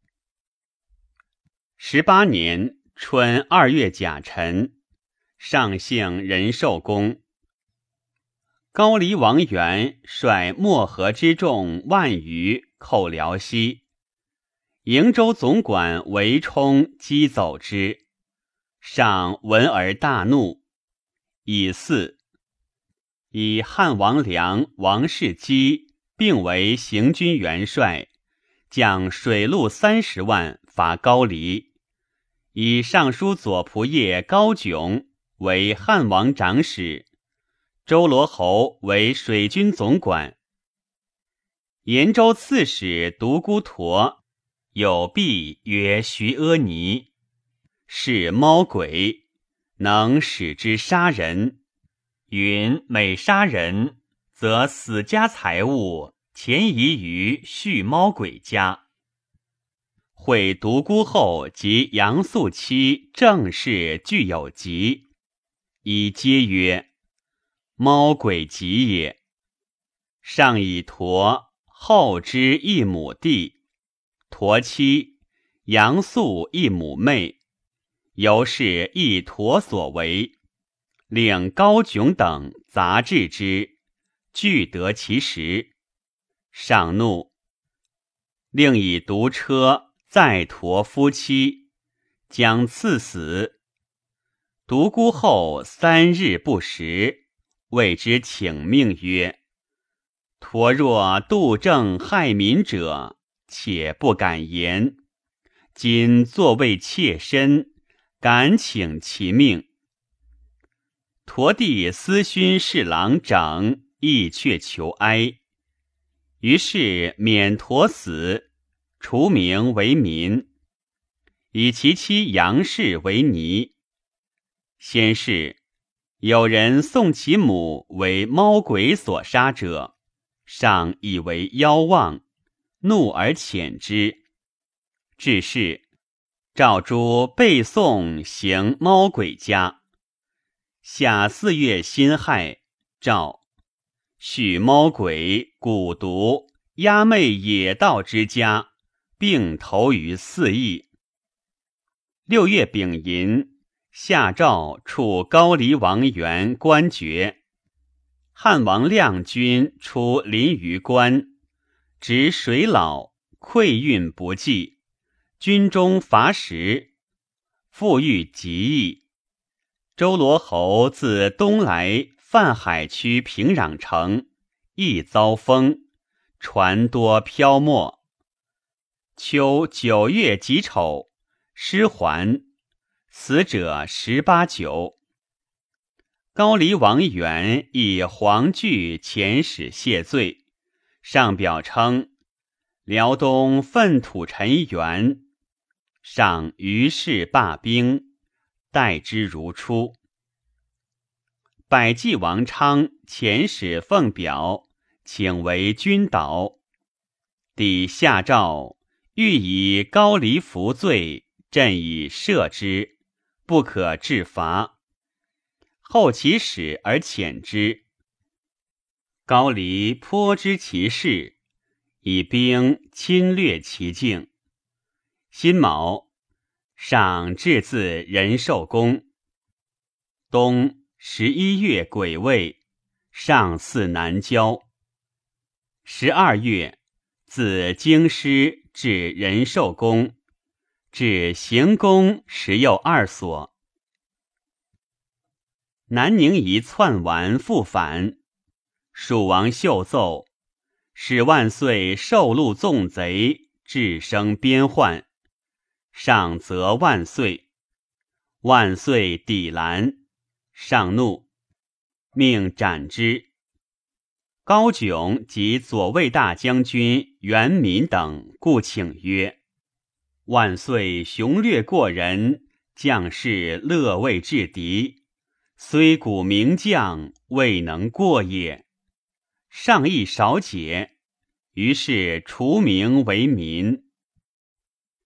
十八年春二月甲辰，上幸仁寿宫。高黎王元率漠河之众万余寇辽西，营州总管韦冲击走之。上闻而大怒，以四以汉王良、王世基并为行军元帅，将水陆三十万伐高黎，以尚书左仆射高炯为汉王长史，周罗侯为水军总管。延州刺史独孤陀有婢曰徐阿尼，是猫鬼，能使之杀人，云每杀人，则死家财物钱移于续猫鬼家。会独孤后及杨素妻正氏俱有疾，以皆曰猫鬼疾也。上以驼后之一母弟，驼妻杨素一母妹，由是一驼所为，令高炯等杂治之，俱得其实。上怒，令以独车载驼夫妻，将赐死。独孤后三日不食，谓之请命曰：驼若杜正害民者，且不敢言，今作为妾身，敢请其命。驼弟司勋侍郎整亦却求哀，于是免驼死，除名为民，以其妻杨氏为尼。先是有人送其母为猫鬼所杀者，上以为妖妄，怒而遣之。至是诏诸背诵行猫鬼家。夏四月辛亥，诏许猫鬼、蛊毒、鸦媚野盗之家，并投于四邑。六月丙寅，下诏处高黎王元官爵。汉王亮君出临榆关，执水老，溃运不济，军中乏食，复欲极役。周罗侯自东来泛海区平壤城，亦遭风，船多漂没。秋九月己丑，失还，死者十八九。高黎王元以黄具遣使谢罪，上表称辽东粪土陈元，上于是罢兵，待之如初。百济王昌遣使奉表，请为军导。帝下诏，欲以高黎服罪，朕以赦之，不可治罚。后其使而遣之。高黎颇知其事，以兵侵略其境。辛卯，上至自仁寿宫。冬十一月癸未，上祀南郊。十二月，自京师至仁寿宫，至行宫时有二所。南宁夷篡完复返，蜀王秀奏，使万岁受禄纵贼，致生边患。上责万岁，万岁抵拦，上怒，命斩之。高炯及左卫大将军袁敏等故请曰：万岁雄略过人，将士乐为制敌，虽古名将，未能过也。上亦少解，于是除名为民。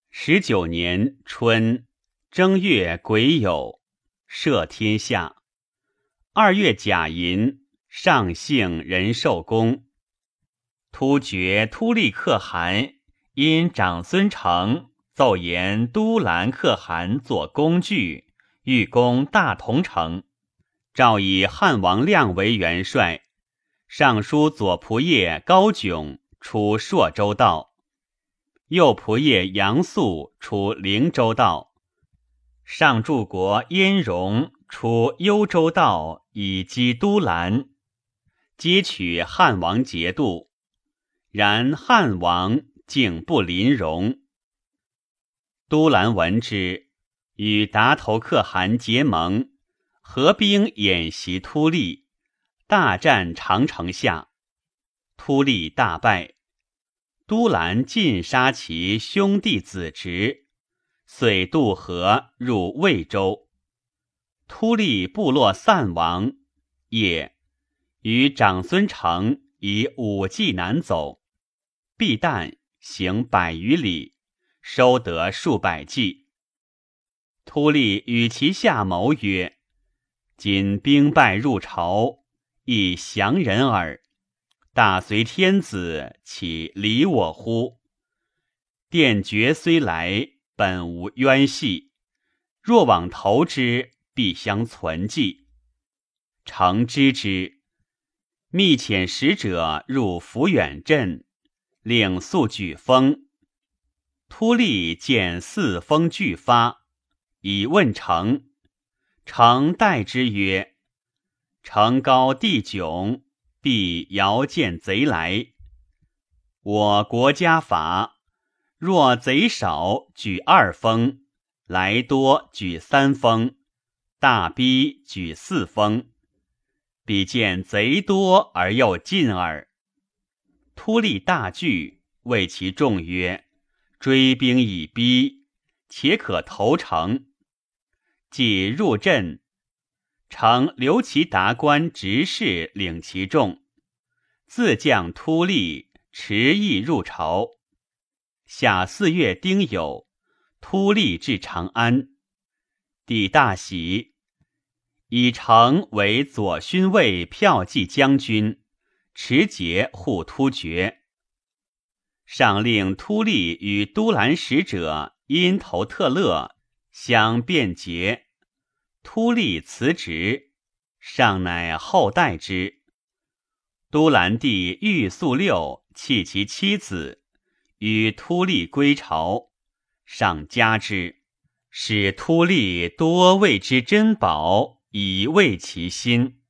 十九年春正月癸酉，赦天下。二月甲寅，上幸仁寿宫。突厥突利可汗因长孙成奏言都兰可汗作工具，欲攻大同城，诏以汉王亮为元帅，尚书左仆射高炯出朔州道，右仆射杨素出灵州道，上柱国燕荣出幽州道，以击都兰，皆取汉王节度。然汉王竟不临容。都兰闻之，与达头可汗结盟，合兵演习突利，大战长城下，突利大败。都兰尽杀其兄弟子侄，遂渡河入魏州。突利部落散亡，也与长孙成以五骑南走，避旦行百余里，收得数百骑。突利与其下谋曰：今兵败入朝，亦降人耳，大隋天子岂理我乎？殿爵虽来，本无冤系，若往投之，必相存记。诚知之，密遣使者入抚远镇，令速举封。突利见四封俱发，以问成。成代之曰：城高地迥，必遥见贼来。我国家法，若贼少举二封，来多举三封，大逼举四封，比见贼多而又近耳。突利大惧，谓其众曰：追兵已逼，且可投城。既入镇，成留其达官执事领其众，自将突利持意入朝。夏四月丁酉，突利至长安，帝大喜，以成为左勋卫骠骑将军，持节护突厥。上令突利与都兰使者因头特勒相辩结，突利辞职，上乃后代之。都兰帝玉肃六弃其妻子，与突利归朝，上加之，使突利多为之珍宝，以慰其心。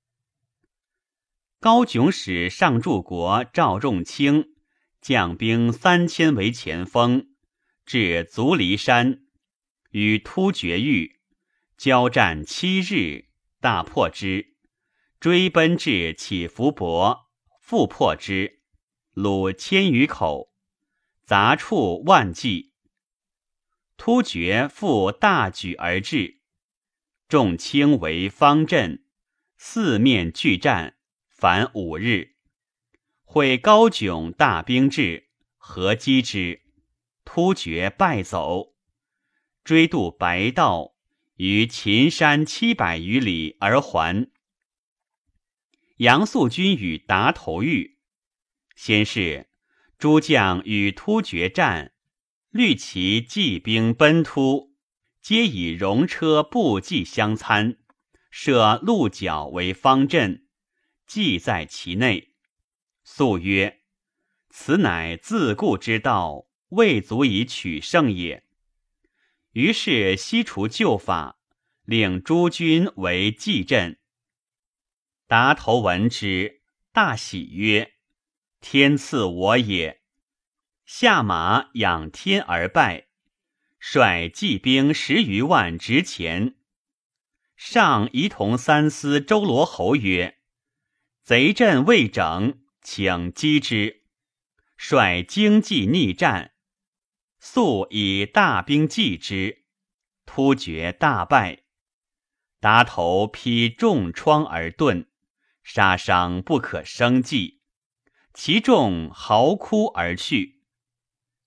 高炯使上柱国赵仲卿将兵三千为前锋，至足离山，与突厥遇，交战七日，大破之，追奔至乞伏伯，复破之，虏千余口，杂畜万计。突厥复大举而至，众卿为方阵，四面拒战，凡五日。会高炯大兵至，合击之，突厥败走，追渡白道，于秦山七百余里而还。杨素军与达头遇，先是诸将与突厥战，虑其骑兵奔突，皆以戎车步骑相参，设鹿角为方阵，骑在其内。素曰：此乃自固之道，未足以取胜也。于是西除旧法，令诸军为骑阵。达头闻之，大喜曰：天赐我也。下马仰天而拜，率骑兵十余万执前。上仪同三司周罗侯曰：贼阵未整，请击之。率精骑逆战，速以大兵击之，突厥大败。达头披重疮而遁，杀伤不可胜计，其众嚎哭而去。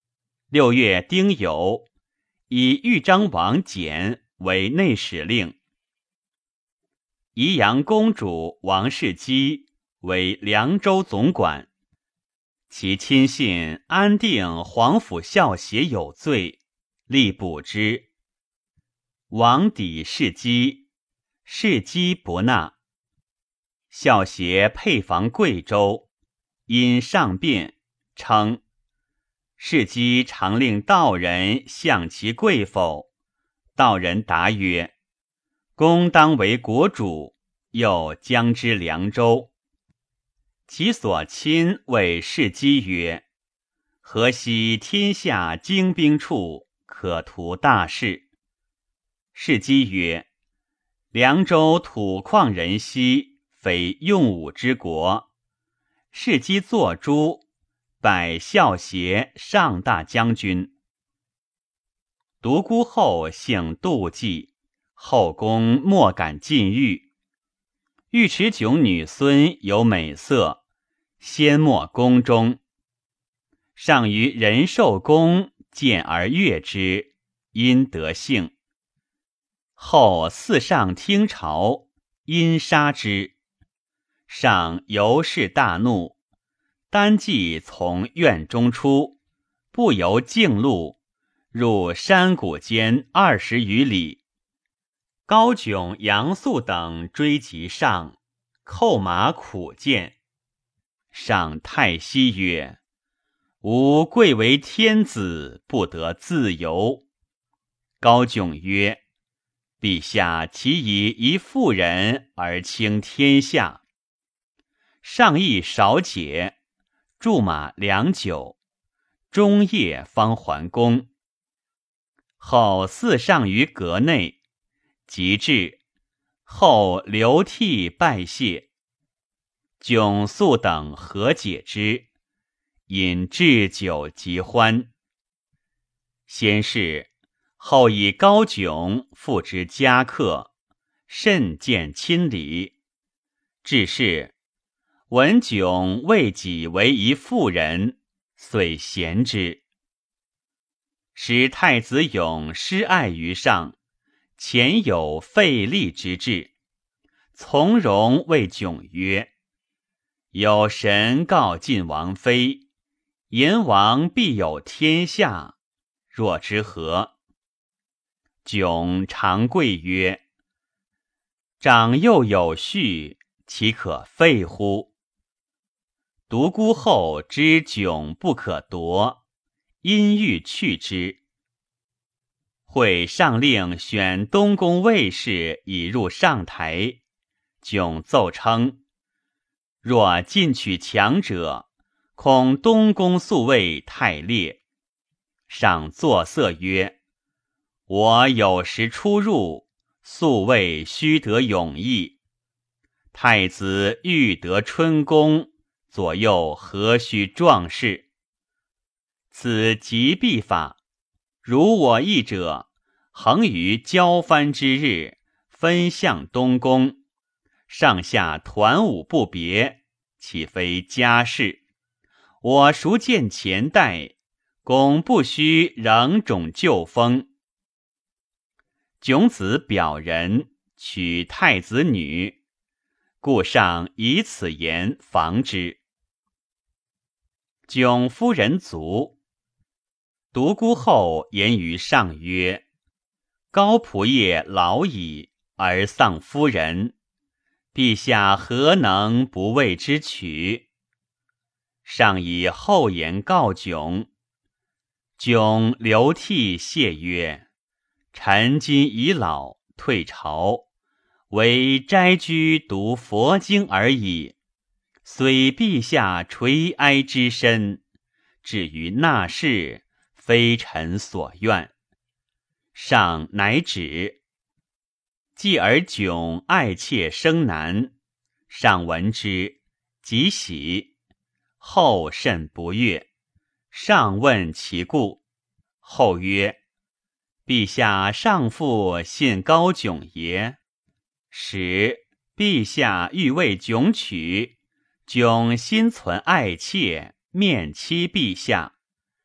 六月丁酉，以豫章王简为内史令，宜阳公主王氏姬为凉州总管。其亲信安定皇甫孝协有罪，力捕之。王抵世姬，世姬不纳。孝协配防贵州，因上辩，称世姬常令道人向其贵否？道人答曰：公当为国主，又将之凉州。其所亲谓世姬曰：何惜天下精兵处，可图大事。世姬曰：凉州土旷人稀，非用武之国。世姬作诸，拜孝协上大将军。独孤后姓妒忌，后宫莫敢进狱。尉迟迥女孙有美色，先没宫中。上于仁寿宫见而悦之，因得幸。后四上听朝，因杀之。上由是大怒，单骑从院中出，不由径路，入山谷间二十余里。高迥、杨素等追及上，扣马苦谏。上太息曰：吾贵为天子，不得自由。高迥曰：陛下岂以一妇人而倾天下？上亦少解，驻马良久，终夜方还宫。后四上于阁内，即至，后流涕拜谢。迥素等和解之，饮置酒极欢。先是，后以高迥付之家客，甚见亲礼。至是，闻迥为己为一妇人，遂贤之。使太子勇失爱于上，前有废立之志，从容谓迥曰：有神告晋王妃，阎王必有天下，若之何？迥长跪曰：长幼有序，岂可废乎？独孤后知迥不可夺，因欲去之。会上令选东宫卫士以入上台，迥奏称：若进取强者，恐东宫宿卫太烈。上作色曰：我有时出入，宿卫须得勇毅。太子欲得春宫，左右何须壮士？此极必法。如我意者，恒于交藩之日，分向东宫，上下团舞不别，岂非家事？我孰见前代，公不须仍种旧风。迥子表人，娶太子女，故上以此言防之。迥夫人卒，独孤后言于上曰：高仆射老矣，而丧夫人，陛下何能不为之娶？上以后言告迥。迥流涕谢曰：臣今已老，退朝，唯斋居读佛经而已。虽陛下垂哀之深，至于纳事，非臣所愿。上乃止。继而迥爱妾生男，上闻之，即喜。后甚不悦，上问其故。后曰：陛下上父信高迥耶？使陛下欲为迥娶，迥心存爱妾，面欺陛下。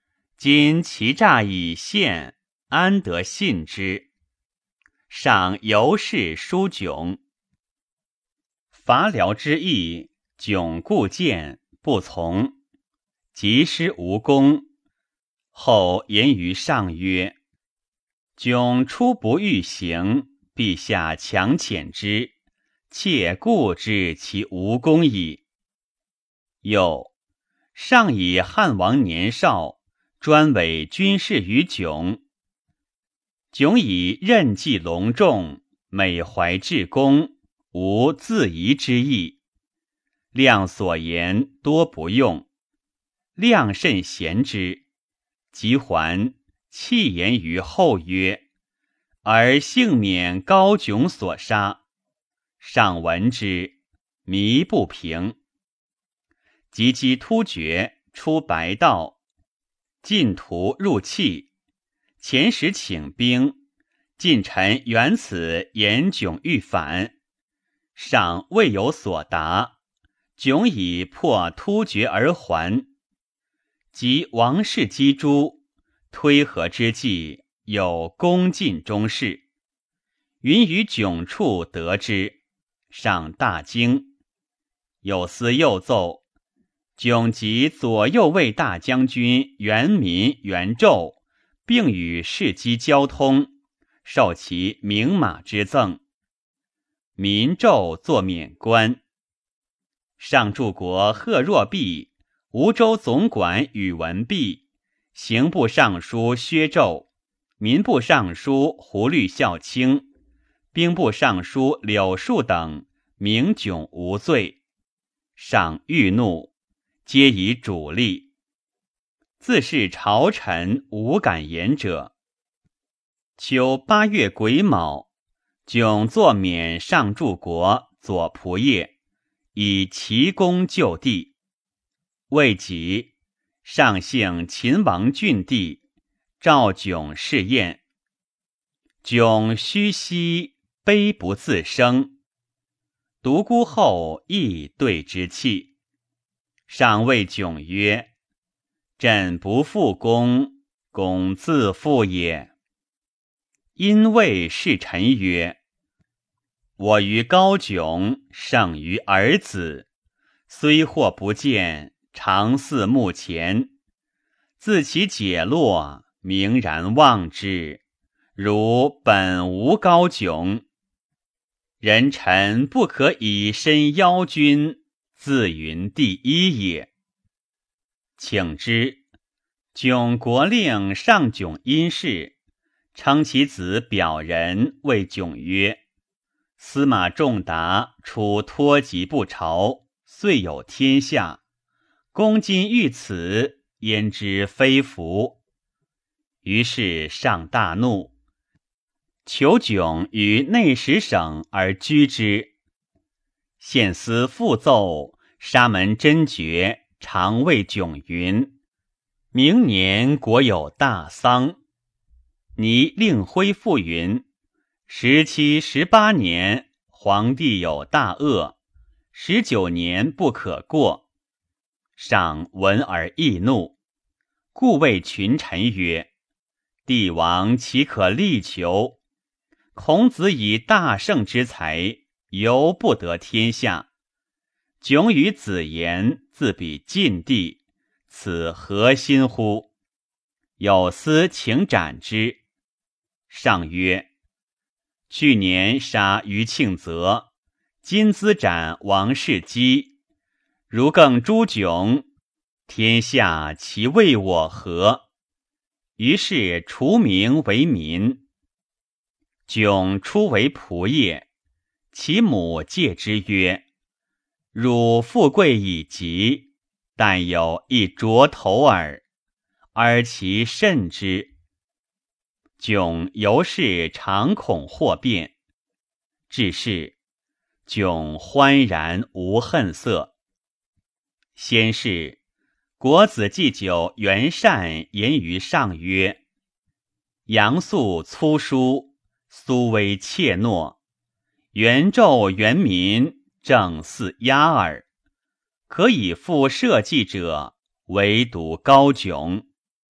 今其诈以现，安得信之？上由是书窘。伐辽之意，窘固谏不从，及师无功。后言于上曰：窘初不欲行，陛下强遣之，切固之其无功矣。又上以汉王年少，专委军事于窘。窘以任计隆重，每怀至公，无自疑之意。亮所言多不用，亮甚贤之。即还，弃言于后曰：而幸免高窘所杀。上闻之，迷不平。及其突厥，出白道，进途入契。遣使请兵，近臣原此言窘欲反，上未有所答。窘以破突厥而还。及王室击诛，推和之际，有攻进中士。云于窘处得之，上大惊。有司又奏，窘及左右卫大将军元民、元胄，并与士机交通，受其名马之赠。民胄作免官。上柱国贺若弼、吴州总管宇文弼、刑部尚书薛胄、民部尚书胡律孝卿、兵部尚书柳树等明窘无罪。上愈怒，皆以主力。自是朝臣无敢言者。秋八月癸卯，窘作免上柱国左仆射，以奇功就地。未及，上幸秦王郡地，召窘试宴。窘虚息，悲不自生。独孤后亦对之泣。上谓窘曰：朕不负公，公自负也。因谓侍臣曰：我于高窘，胜于儿子，虽或不见，常似目前。自其解落，明然望之，如本无高窘。人臣不可以身邀君，自云第一也。请之。窘国令上窘因事，称其子表人，谓窘曰：司马仲达出脱籍不朝，遂有天下。公今遇此，焉知非福？于是上大怒，求窘于内史省而居之。献司复奏，沙门真诀常谓窘云：明年国有大丧。拟令恢复云：十七、十八年，皇帝有大恶，十九年不可过。上闻而易怒，故谓群臣曰：帝王岂可力求？孔子以大圣之才，犹不得天下。窘与子言，自比晋帝，此何心乎？有司请斩之。上曰：去年杀于庆泽，今兹斩王士基，如更诛窘，天下其为我何？于是除名为民。窘初为仆射，其母戒之曰：汝富贵已极，但有一啄头耳，而其甚之。窘由是常恐祸变。至是，窘欢然无恨色。先是，国子祭酒元善言于上曰：杨素粗疏，苏微怯懦，元纣元民正似鸦耳。可以复社稷者，唯独高窘。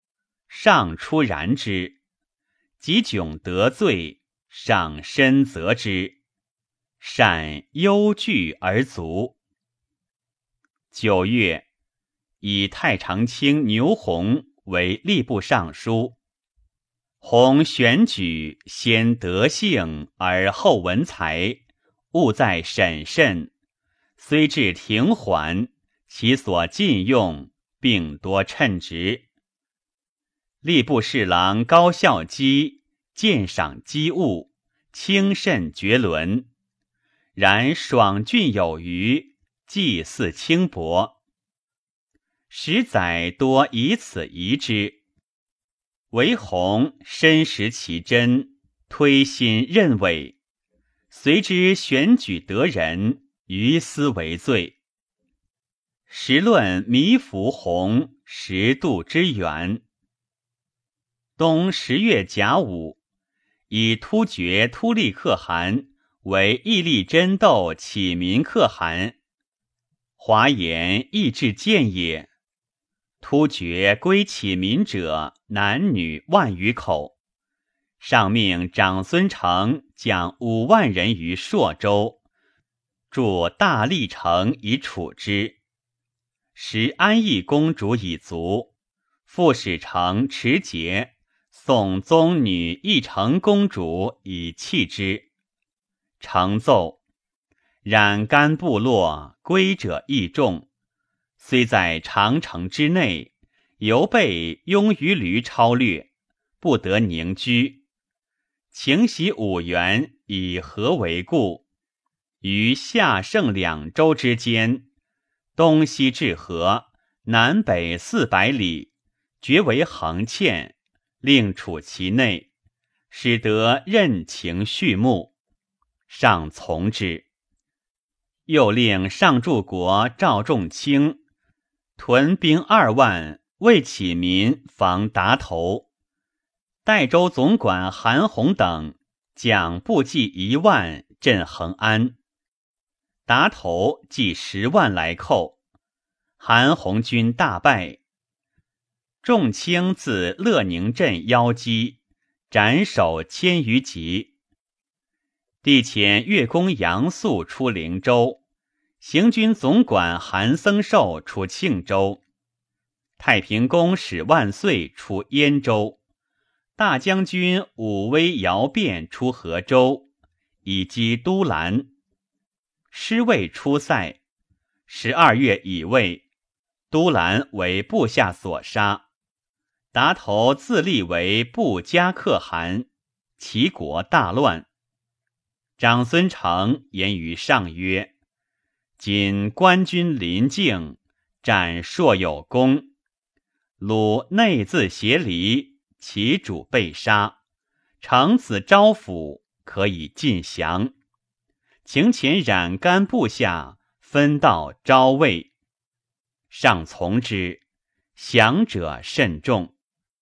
上出然之，及窘得罪，上深责之，善忧惧而卒。九月，以太常卿牛弘为吏部尚书。弘选举，先德性而后文才，务在审慎，虽至停缓，其所禁用，并多称职。吏部侍郎高孝基鉴赏机务，轻慎绝伦，然爽峻有余，祭祀轻薄。史载多以此疑之，唯弘深识其真，推心任委，随之选举得人，于斯为罪。时论弥服弘十度之远。冬十月甲午，以突厥突利可汗为义利真斗启民可汗。华言亦至见也。突厥归启民者，男女万余口。上命长孙成将五万人于朔州，筑大历城以处之。时安邑公主已卒，副使城持节送宗女义成公主以弃之。成奏：染干部落归者亦众，虽在长城之内，犹被拥于驴超掠，不得宁居。请徙五原，以何为故？于夏盛两州之间，东西至河，南北四百里，绝为横堑，令处其内，使得任情畜牧。上从之。又令上柱国赵仲卿屯兵二万，为启民防达头。代州总管韩弘等将部骑一万镇恒安。达头计十万来寇，韩弘军大败。仲卿自乐宁镇邀击，斩首千余级。帝遣乐公杨素出灵州，行军总管韩僧寿出庆州，太平公使万岁出燕州，大将军武威姚辩出河州，以击都兰。师卫出塞，十二月乙未，都兰为部下所杀。达头自立为部加可汗，齐国大乱。长孙成言于上曰：今官军临境，战硕有功，鲁内自协离，其主被杀，乘此招抚，可以尽降。请遣染干部下分道招魏。上从之，降者甚众。